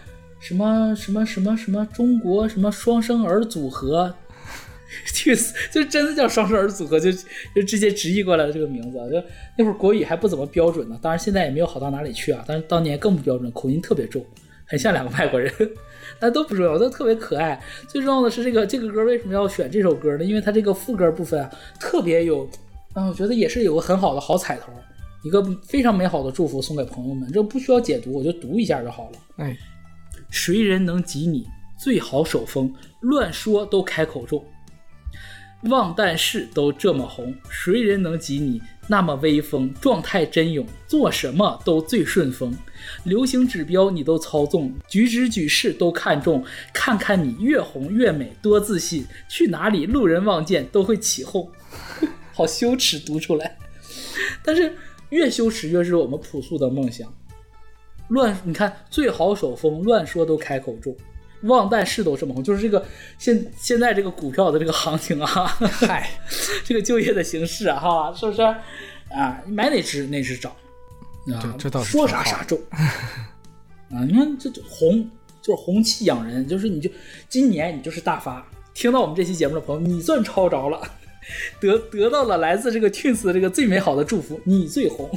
中国什么双生儿组合，就真的叫双生儿组合，就直接直译过来的这个名字，就那会儿国语还不怎么标准呢，当然现在也没有好到哪里去啊，但是当年更不标准，口音特别重，很像两个外国人，但都不重要，都特别可爱。最重要的是这个歌为什么要选这首歌呢？因为它这个副歌部分啊，特别有，我觉得也是有个很好的好彩头，一个非常美好的祝福送给朋友们。这不需要解读，我就读一下就好了。 哎， 谁人能及你？最好手风，乱说都开口重。望但是都这么红，谁人能及你？那么威风，状态真勇，做什么都最顺风。流行指标你都操纵，举止举事都看重。看看你越红越美，多自信，去哪里路人望见都会起哄。好羞耻读出来，但是越羞耻越是我们朴素的梦想。你看最好手风，乱说都开口重。望但是都这么红，就是这个现在这个股票的这个行情啊，嗨，这个就业的形势啊，哈，是不是啊？买哪只涨啊？ 这倒是说啥啥中啊！你看这红就是红气养人，就是今年你就是大发。听到我们这期节目的朋友，你算抄着了，得到了来自这个 Twins 的这个最美好的祝福，你最红。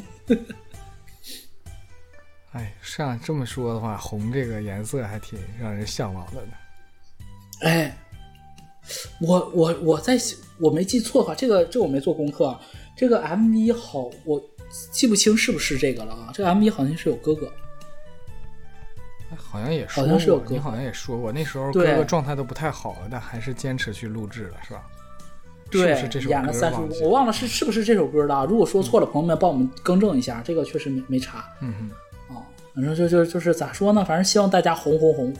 哎，像这么说的话，红这个颜色还挺让人向往的呢。 哎，我在想，我没记错的话，这我没做功课啊。这个 MV 好，我记不清是不是这个了啊。这个 MV 好像是有哥哥， 好像也说过， 好像是有哥哥， 你好像也说过，那时候哥哥状态都不太好了，但还是坚持去录制了，是吧？ 对， 是不是这首歌演了35，我忘了是不是这首歌的啊？如果说错了，朋友们帮我们更正一下，这个确实没查。 嗯哼。 反正就是咋说呢？反正希望大家红红火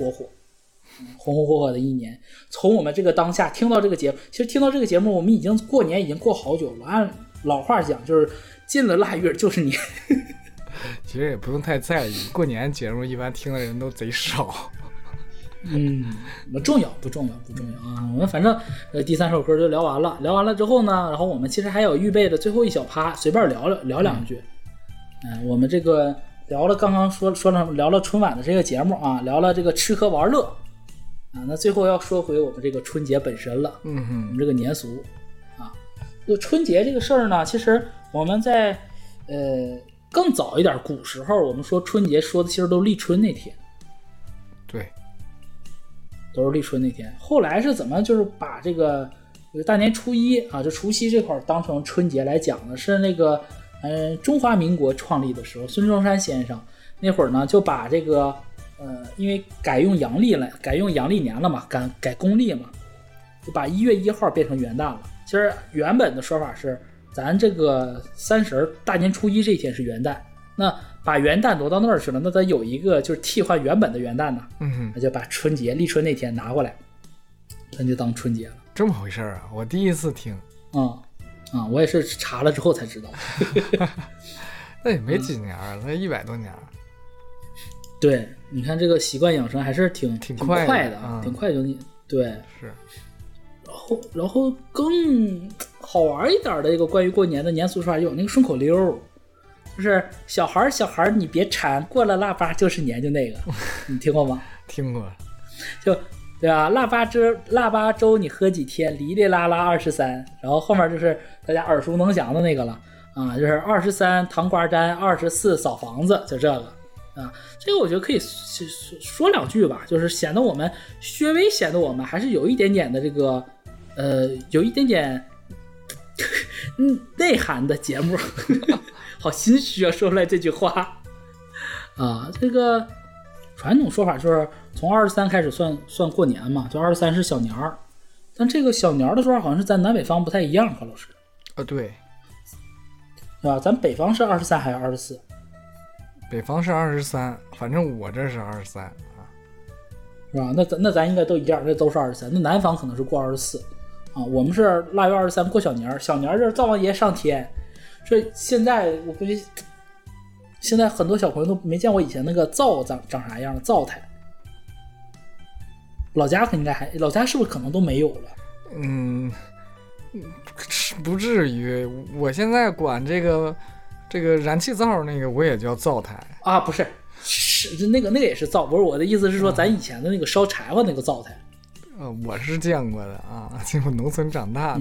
火的一年。从我们这个当下听到这个节目，其实听到这个节目，我们过年已经过好久了。按老话讲，就是进了腊月就是年。 其实也不用太在意，过年节目一般听的人都贼少。 不重要啊！我们反正第3首歌就聊完了。聊完了之后呢，然后我们其实还有预备的最后一小趴，随便聊两句。我们这个。刚刚说了聊了春晚的这个节目啊，聊了这个吃喝玩乐啊，那最后要说回我们这个春节本身了。我们这个年俗啊，这个春节这个事儿呢，其实我们在更早一点古时候，我们说春节说的其实都立春那天。 对， 都是立春那天。后来是怎么就是把这个大年初一啊，就除夕这块当成春节来讲呢？是那个中华民国创立的时候，孙中山先生那会儿呢，就把这个因为改用阳历年了嘛，改公历嘛，就把1月1号变成元旦了。其实原本的说法是，咱这个30大年初一这天是元旦， 那把元旦挪到那儿去了，那咱有一个就是替换原本的元旦呢，那就把春节立春那天拿过来，咱就当春节了。 这么回事啊？我第一次听。 我也是查了之后才知道。 那也没几年了，那100多年了。 对，你看这个习惯养生还是挺快的，挺快就对。 是。 然后更好玩一点的一个关于过年的年俗说法，有那个顺口溜，就是小孩你别馋，过了腊八就是年，就那个，你听过吗？ 听过。 就对啊，腊八粥你喝几天，哩哩啦啦23，然后后面就是大家耳熟能详的那个了啊，就是23糖瓜粘，24扫房子，就这个啊。这个我觉得可以说两句吧，就是稍微显得我们还是有一点点的这个有一点点内涵的节目。好心虚啊，说出来这句话啊。这个传统说法就是从23开始算过年嘛，就23是小年儿，但这个小年儿的说法好像是在南北方不太一样，何老师。 对， 对吧？咱北方是23还是24？ 北方是23，反正我这是23啊， 是吧？那咱应该都一样，这都是23。那南方可能是过24啊，我们是腊月23过小年儿，小年儿就是灶王爷上天。所以现在我估计，现在很多小朋友都没见过以前那个灶长啥样的灶台。老家是不是可能都没有了？ 不至于。我现在管这个燃气灶那个我也叫灶台啊，不是那个也是灶，不是我的意思是说咱以前的那个烧柴火那个灶台。 我是见过的啊，进入农村长大的。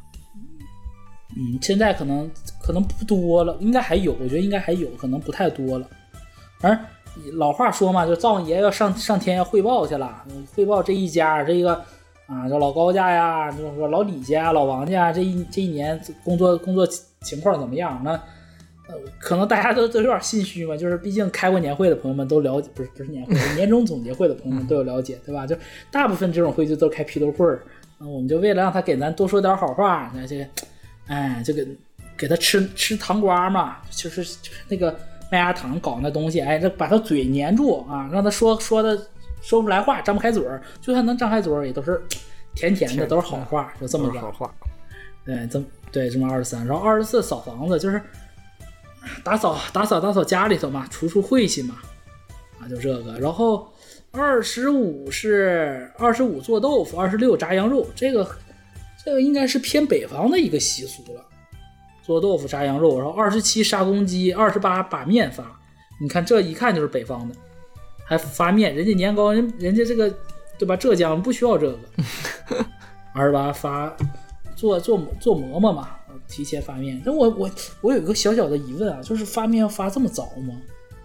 现在可能不多了，应该还有，我觉得应该还有，可能不太多了。而老话说嘛，就灶王爷要上天要汇报去了，汇报这一家这个啊，这老高家呀，就是说老李家、老王家这一年工作情况怎么样？那可能大家都有点心虚嘛，就是毕竟开过年会的朋友们都了解，不是年会，年终总结会的朋友们都有了解，对吧？就大部分这种会就都开批斗会儿，那我们就为了让他给咱多说点好话，那这个。就给他吃糖瓜嘛，就是那个麦芽糖搞那东西，这把他嘴粘住啊，让他说不出来话，张不开嘴儿，就算能张开嘴儿，也都是甜的，都是好话，就这么个好话。 对，这么23，然后24扫房子，就是打扫家里头嘛，除晦气嘛，啊，就这个。然后25是25做豆腐，26炸羊肉，这个应该是偏北方的一个习俗了，做豆腐炸羊肉，然后27杀公鸡，28把面发。你看这一看就是北方的，还发面，人家年糕人家这个对吧？浙江不需要这个。28发做馍馍嘛，提前发面。但我有一个小小的疑问啊，就是发面要发这么早吗？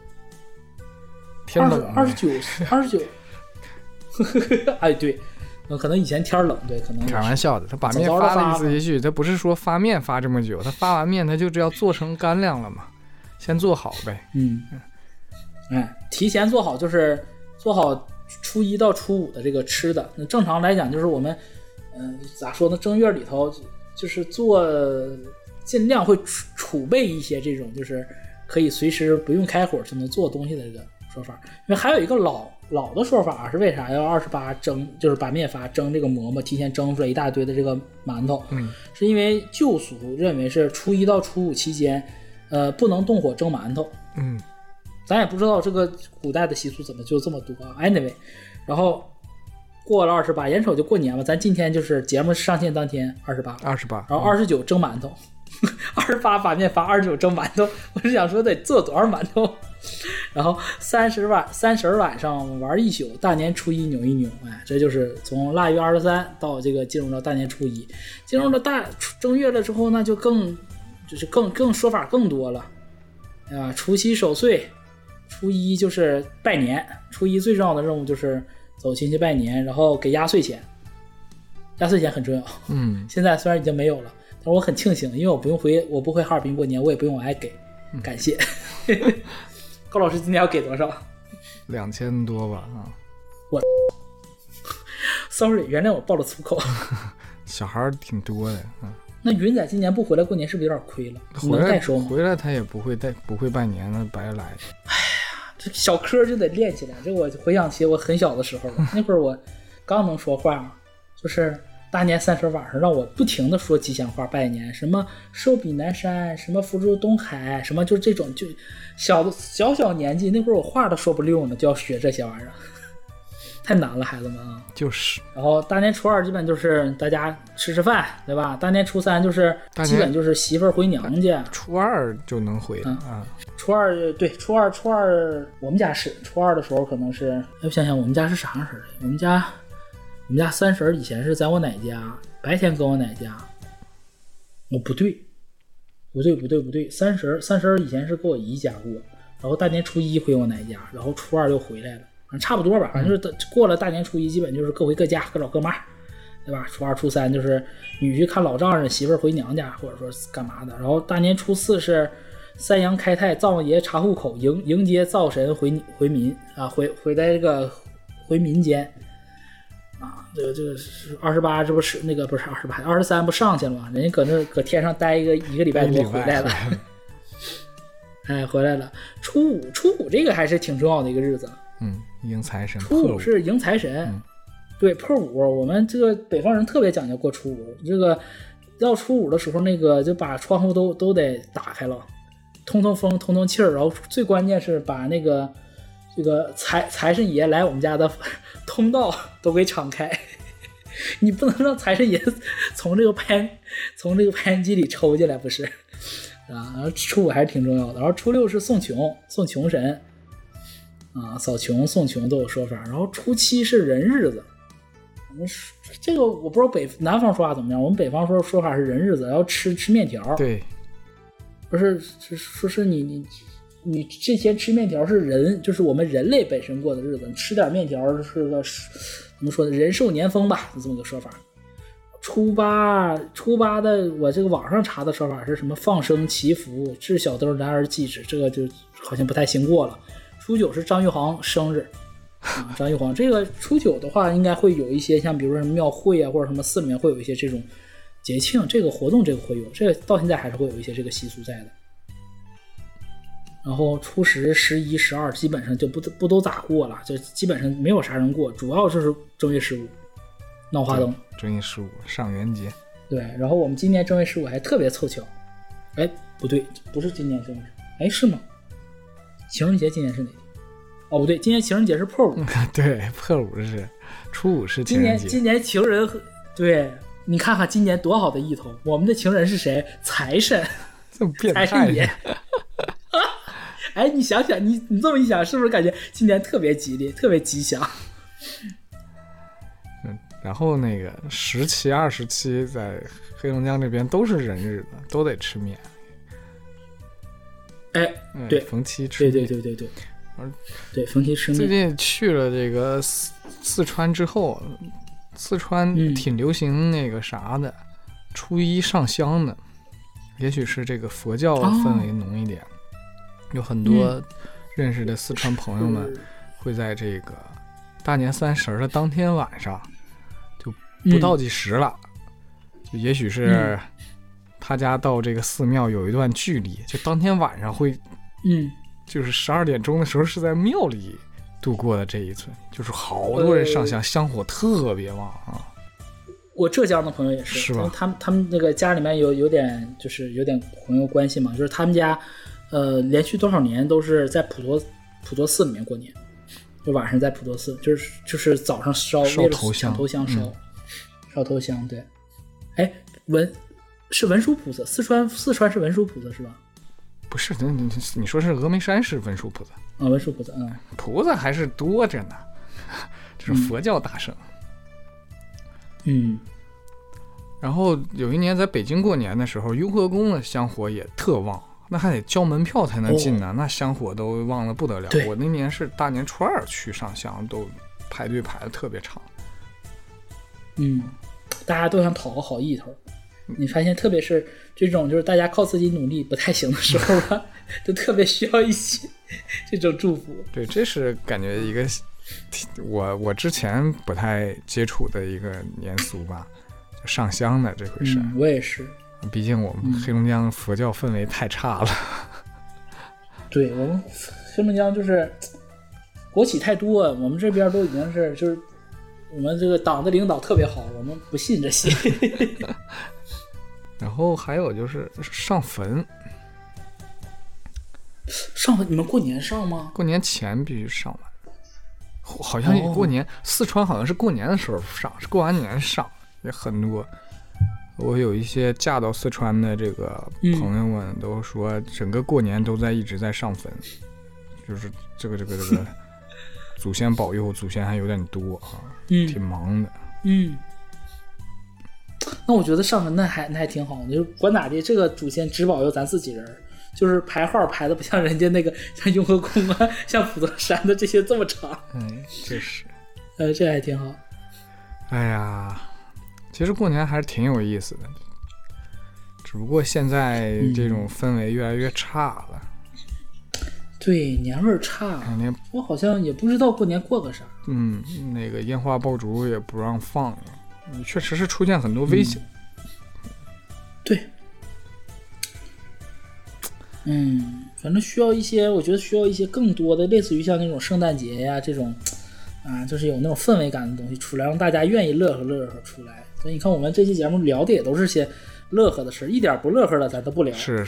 天冷 29哎对。可能以前天冷，对，可能开玩笑的。他把面发了一次一句，他不是说发面发这么久，他发完面他就要做成干粮了嘛，先做好呗。 提前做好就是做好初1到初5的这个吃的。那正常来讲就是我们，咋说呢？正月里头就是尽量会储备一些这种就是可以随时不用开火就能做东西的这个说法。因为还有一个老的说法是为啥要28蒸，就是把面发蒸这个馍馍，提前蒸出来一大堆的这个馒头，是因为旧俗认为是初1到初5期间，不能动火蒸馒头。咱也不知道这个古代的习俗怎么就这么多啊。Anyway， 然后过了28，眼瞅就过年了，咱今天就是节目上线当天28，然后29蒸馒头，28把面发，29蒸馒头。我是想说得做多少馒头。然后30晚上玩一宿，大年初1扭一扭，这就是从腊月23到这个进入到大年初1，进入了正月了之后，那就更说法更多了，除夕守岁，初1就是拜年，初1最重要的任务就是走亲戚拜年，然后给压岁钱很重要。现在虽然已经没有了，但是我很庆幸，因为我不回哈尔滨过年，我也不用往外给，感谢。高老师今天要给多少 ？2000多吧啊！ sorry， 原谅我爆了粗口。 小孩挺多的那云仔今年不回来过年是不是有点亏了？能代收吗？ 回来他也不会拜年了，白来。 哎呀，这小科就得练起来。这我回想起我很小的时候了，那会儿我刚能说话，就是大年30晚上让我不停的说吉祥话拜年，什么寿比南山，什么福如东海，什么就这种，就小年纪那会儿我话都说不溜呢，就要学这些玩意儿。太难了，孩子们啊！ 就是。 然后大年初2基本就是大家吃饭，对吧？大年初3就是基本就是媳妇儿回娘家。 初2就能回啊。 初2对，初二我们家是初2的时候可能是，我想想我们家是啥样式的？我们家30以前是在我奶家，白天跟我奶家。不对，30以前是跟我姨家过，然后大年初1回我奶家，然后初2又回来了。差不多吧，反正就是过了大年初1，基本就是各回各家，各找各妈，对吧？初2、初3就是女婿看老丈人，媳妇儿回娘家，或者说干嘛的。然后大年初4是3阳开泰，灶王爷查户口，迎接灶神回民啊，回在这个回民间啊。这个是28，这不是那个不是28，23不上去了吗？人家搁天上待一个礼拜多回来了。哎，回来了。初五这个还是挺重要的一个日子。 迎财神。 初5是迎财神，对，破五，我们这个北方人特别讲究过初五。这个到初5的时候，那个就把窗户都得打开了，通通风，通通气儿，然后最关键是把那个这个财神爷来我们家的通道都给敞开。你不能让财神爷从这个排烟机里抽进来，不是啊？然后初5还是挺重要的。然后初6是送穷神。啊，扫穷送穷都有说法。然后初7是人日子，这个我不知道南方说话怎么样，我们北方说法是人日子，要吃面条。对，不是说是你这天吃面条是人，就是我们人类本身过的日子，你吃点面条是个怎么说呢？人寿年丰吧，这么个说法。初八的我这个网上查的说法是什么？放生祈福，掷小灯，燃而祭之，这个就好像不太行过了。初9是张玉皇生日啊，张玉皇这个初9的话，应该会有一些像比如说什么庙会啊，或者什么寺里面会有一些这种节庆，这个活动这个会有，这个到现在还是会有一些这个习俗在的。然后初10、11、12基本上就不都咋过了，就基本上没有啥人过，主要就是正月15闹花灯。 正月15上元节。 对，然后我们今年正月15还特别凑巧，哎，不对，不是今年正月，哎，是吗？情人节今年是哪天？哦，不对，今年情人节是破5。 对，破5是初5是情人节。 今年情人，对，你看看今年多好的意头，我们的情人是谁？财神， 这么变态， 财神爷。哎，你想想，你这么一想，是不是感觉今年特别吉利，特别吉祥？ 然后那个17、27在黑龙江这边都是人日子，都得吃面。 哎，对， 逢七吃面。 对，逢七吃面。 最近去了这个四川之后，四川挺流行那个啥的，初1上香的，也许是这个佛教氛围浓一点。有很多认识的四川朋友们会在这个大年30的当天晚上，就不倒计时了，就也许是他家到这个寺庙有一段距离，就当天晚上会，就是12点钟的时候是在庙里度过的这一村，就是好多人上香，香火特别旺啊。 我浙江的朋友也是吧？他们那个家里面有点就是有点朋友关系嘛，就是他们家连续多少年都是在普陀寺里面过年，就晚上在普陀寺，就是早上烧头香， 头香烧头香。对，哎，是文殊菩萨，四川是文殊菩萨是吧？ 不是，你说是峨眉山是文殊菩萨啊？文殊菩萨， 菩萨还是多着呢，这是佛教大圣。然后有一年在北京过年的时候，雍和宫的香火也特旺，那还得交门票才能进呢，那香火都旺得不得了。我那年是大年初2去上香，都排队排得特别长。 大家都想讨个好意头。你发现特别是这种就是大家靠自己努力不太行的时候吧，就特别需要一些这种祝福。 对，这是感觉一个我之前不太接触的一个年俗吧，就上香的这回事。 我也是。 毕竟我们黑龙江佛教氛围太差了。 对，我们黑龙江就是国企太多，我们这边都已经是就是我们这个党的领导特别好，我们不信这些。 然后还有就是上坟， 你们过年上吗？ 过年前必须上完。好像过年，四川好像是过年的时候上，是过完年上，也很多。我有一些嫁到四川的这个朋友们都说，整个过年都一直在上坟，就是这个祖先保佑，祖先还有点多啊，挺忙的。 那我觉得上坟那还挺好的，就管咋的，这个祖先只保佑咱自己人。就是排号排的不像人家那个像雍和宫啊，像普陀山的这些这么长。 这是， 这还挺好。 哎呀，其实过年还是挺有意思的，只不过现在这种氛围越来越差了。 对，年味差。我好像也不知道过年过个啥。 那个烟花爆竹也不让放了，确实是出现很多危险。 对。反正需要一些，我觉得需要一些更多的类似于像那种圣诞节呀这种就是有那种氛围感的东西出来，让大家愿意乐呵出来。所以你看我们这期节目聊的也都是些乐呵的事，一点不乐呵的咱都不聊。 是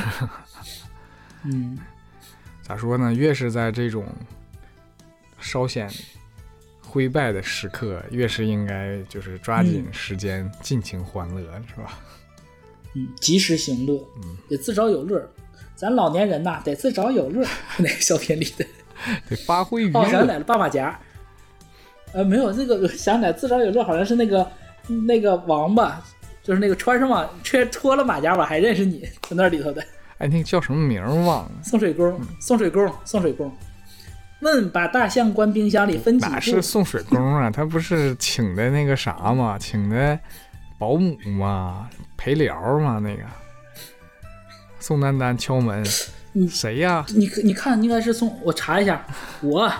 咋说呢，越是在这种稍显灰败的时刻，越是应该就是抓紧时间尽情欢乐，是吧？ 及时行乐，得自找有乐。咱老年人呐，得自找有乐。那个小品里的， 得发挥娱乐。 想起来了，爸马甲。没有那个想起来，自找有乐好像是那个王八，就是那个穿上却脱了马甲我还认识你，在那里头的。 那个叫什么名忘了？ 送水工。问把大象关冰箱里分几步？ 哪是送水工啊？他不是请的那个啥吗？请的保姆嘛，陪聊嘛，那个。宋丹丹敲门，谁呀？ 你看，应该是我查一下，我，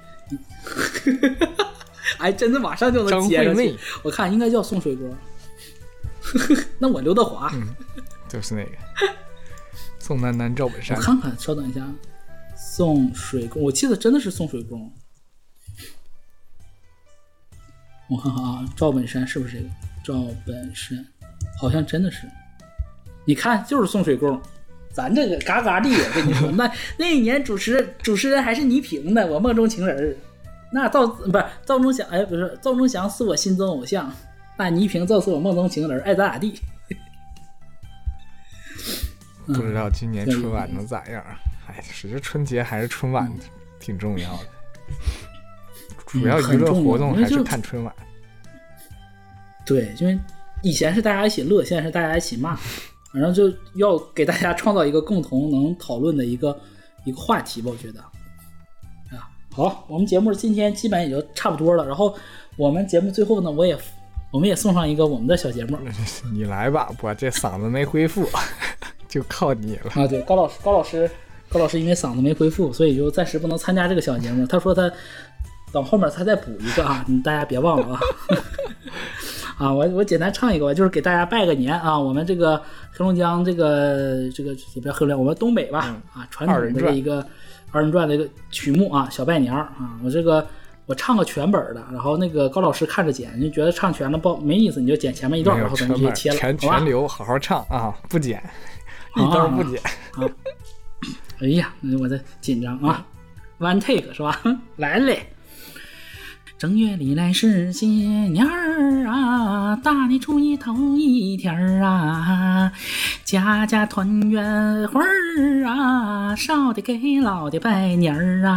哎，真的马上就能接上去。我看应该叫宋水哥，那我刘德华， 就是那个宋丹丹赵本山。 我看看，稍等一下，宋水公，我记得真的是宋水公。我看看啊，赵本山是不是这个？赵本山好像真的是。你看，就是宋水公，咱这个嘎嘎的，我跟你说，那一年主持人还是倪萍呢，我梦中情人。那赵忠祥，不是赵忠祥是我心中偶像，那倪萍就是我梦中情人，爱咋咋地。 不知道今年春晚能咋样？其实春节还是春晚挺重要的，主要娱乐活动还是看春晚。 对，因为以前是大家一起乐，现在是大家一起骂。反正就要给大家创造一个共同能讨论的一个话题吧，我觉得。好，我们节目今天基本也就差不多了。然后我们节目最后呢，我们也送上一个我们的小节目。 你来吧，我这嗓子没恢复，就靠你了。 对，高老师因为嗓子没恢复，所以就暂时不能参加这个小节目。他说他等后面他再补一个大家别忘了我简单唱一个吧，就是给大家拜个年我们这个黑龙江这个也不要黑龙江，我们东北吧传统的一个二人转的一个曲目小拜年我唱个全本的，然后那个高老师看着剪，你觉得唱全了没意思，你就剪前面一段，然后咱们直接切了， 全留，好好唱不剪，一刀不剪。 哎呀，我在紧张one take 是吧？来嘞。正月里来是新年大年初一头一天家家团圆会少的给老的拜年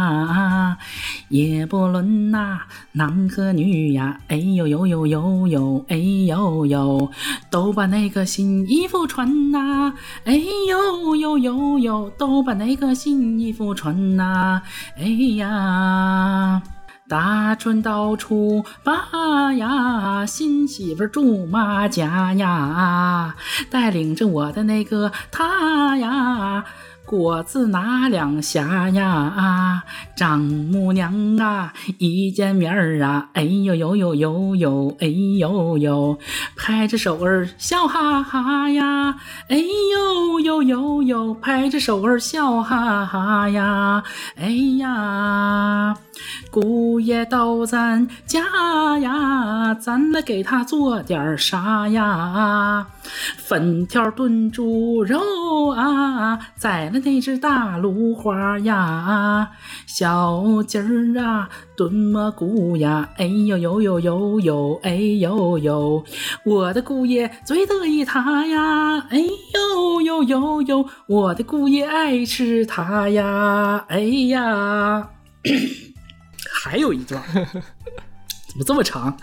也不论男和女呀，哎呦呦呦呦呦，哎呦呦，都把那个新衣服穿哎呦呦呦呦，都把那个新衣服穿哎呀。大春到初八呀，新媳妇住妈家呀，带领着我的那个他呀， 果子拿两下呀，丈母娘啊一见面啊，哎呦呦呦呦呦，哎呦呦，拍着手儿笑哈哈呀，哎呦呦呦呦，拍着手儿笑哈哈呀，哎呀，姑爷到咱家呀，咱来给他做点啥呀？粉条炖猪肉啊，宰了那只大芦花呀，小鸡儿啊炖蘑菇呀，哎呦呦呦呦呦，哎呦呦，我的姑爷最得意他呀，哎呦呦呦呦，我的姑爷爱吃它呀，哎呀。还有一段怎么这么长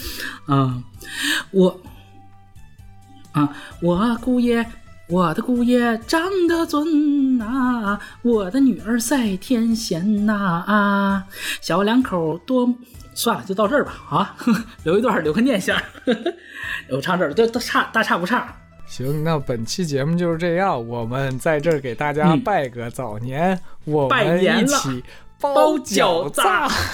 我的姑爷长得尊呐，我的女儿赛天仙呐，小两口多，算了，就到这儿吧啊，留一段，留个念想。我唱这儿都大差不差。 行，那本期节目就是这样，我们在这儿给大家拜个早年，我们一起包饺子。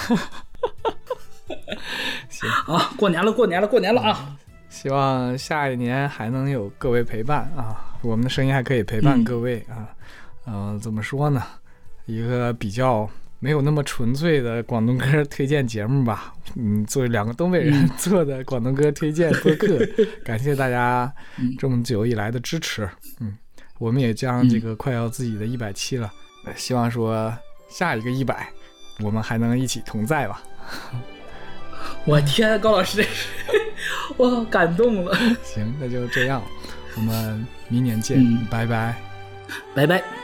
行啊，过年了啊！ 希望下一年还能有各位陪伴啊，我们的声音还可以陪伴各位啊。怎么说呢？一个比较没有那么纯粹的广东歌推荐节目吧。作为两个东北人做的广东歌推荐播客，感谢大家这么久以来的支持。我们也将这个快要自己的100期了，希望说下一个100，我们还能一起同在吧。 我天，高老师，我感动了。 行，那就这样，我们明年见，拜拜， 拜拜。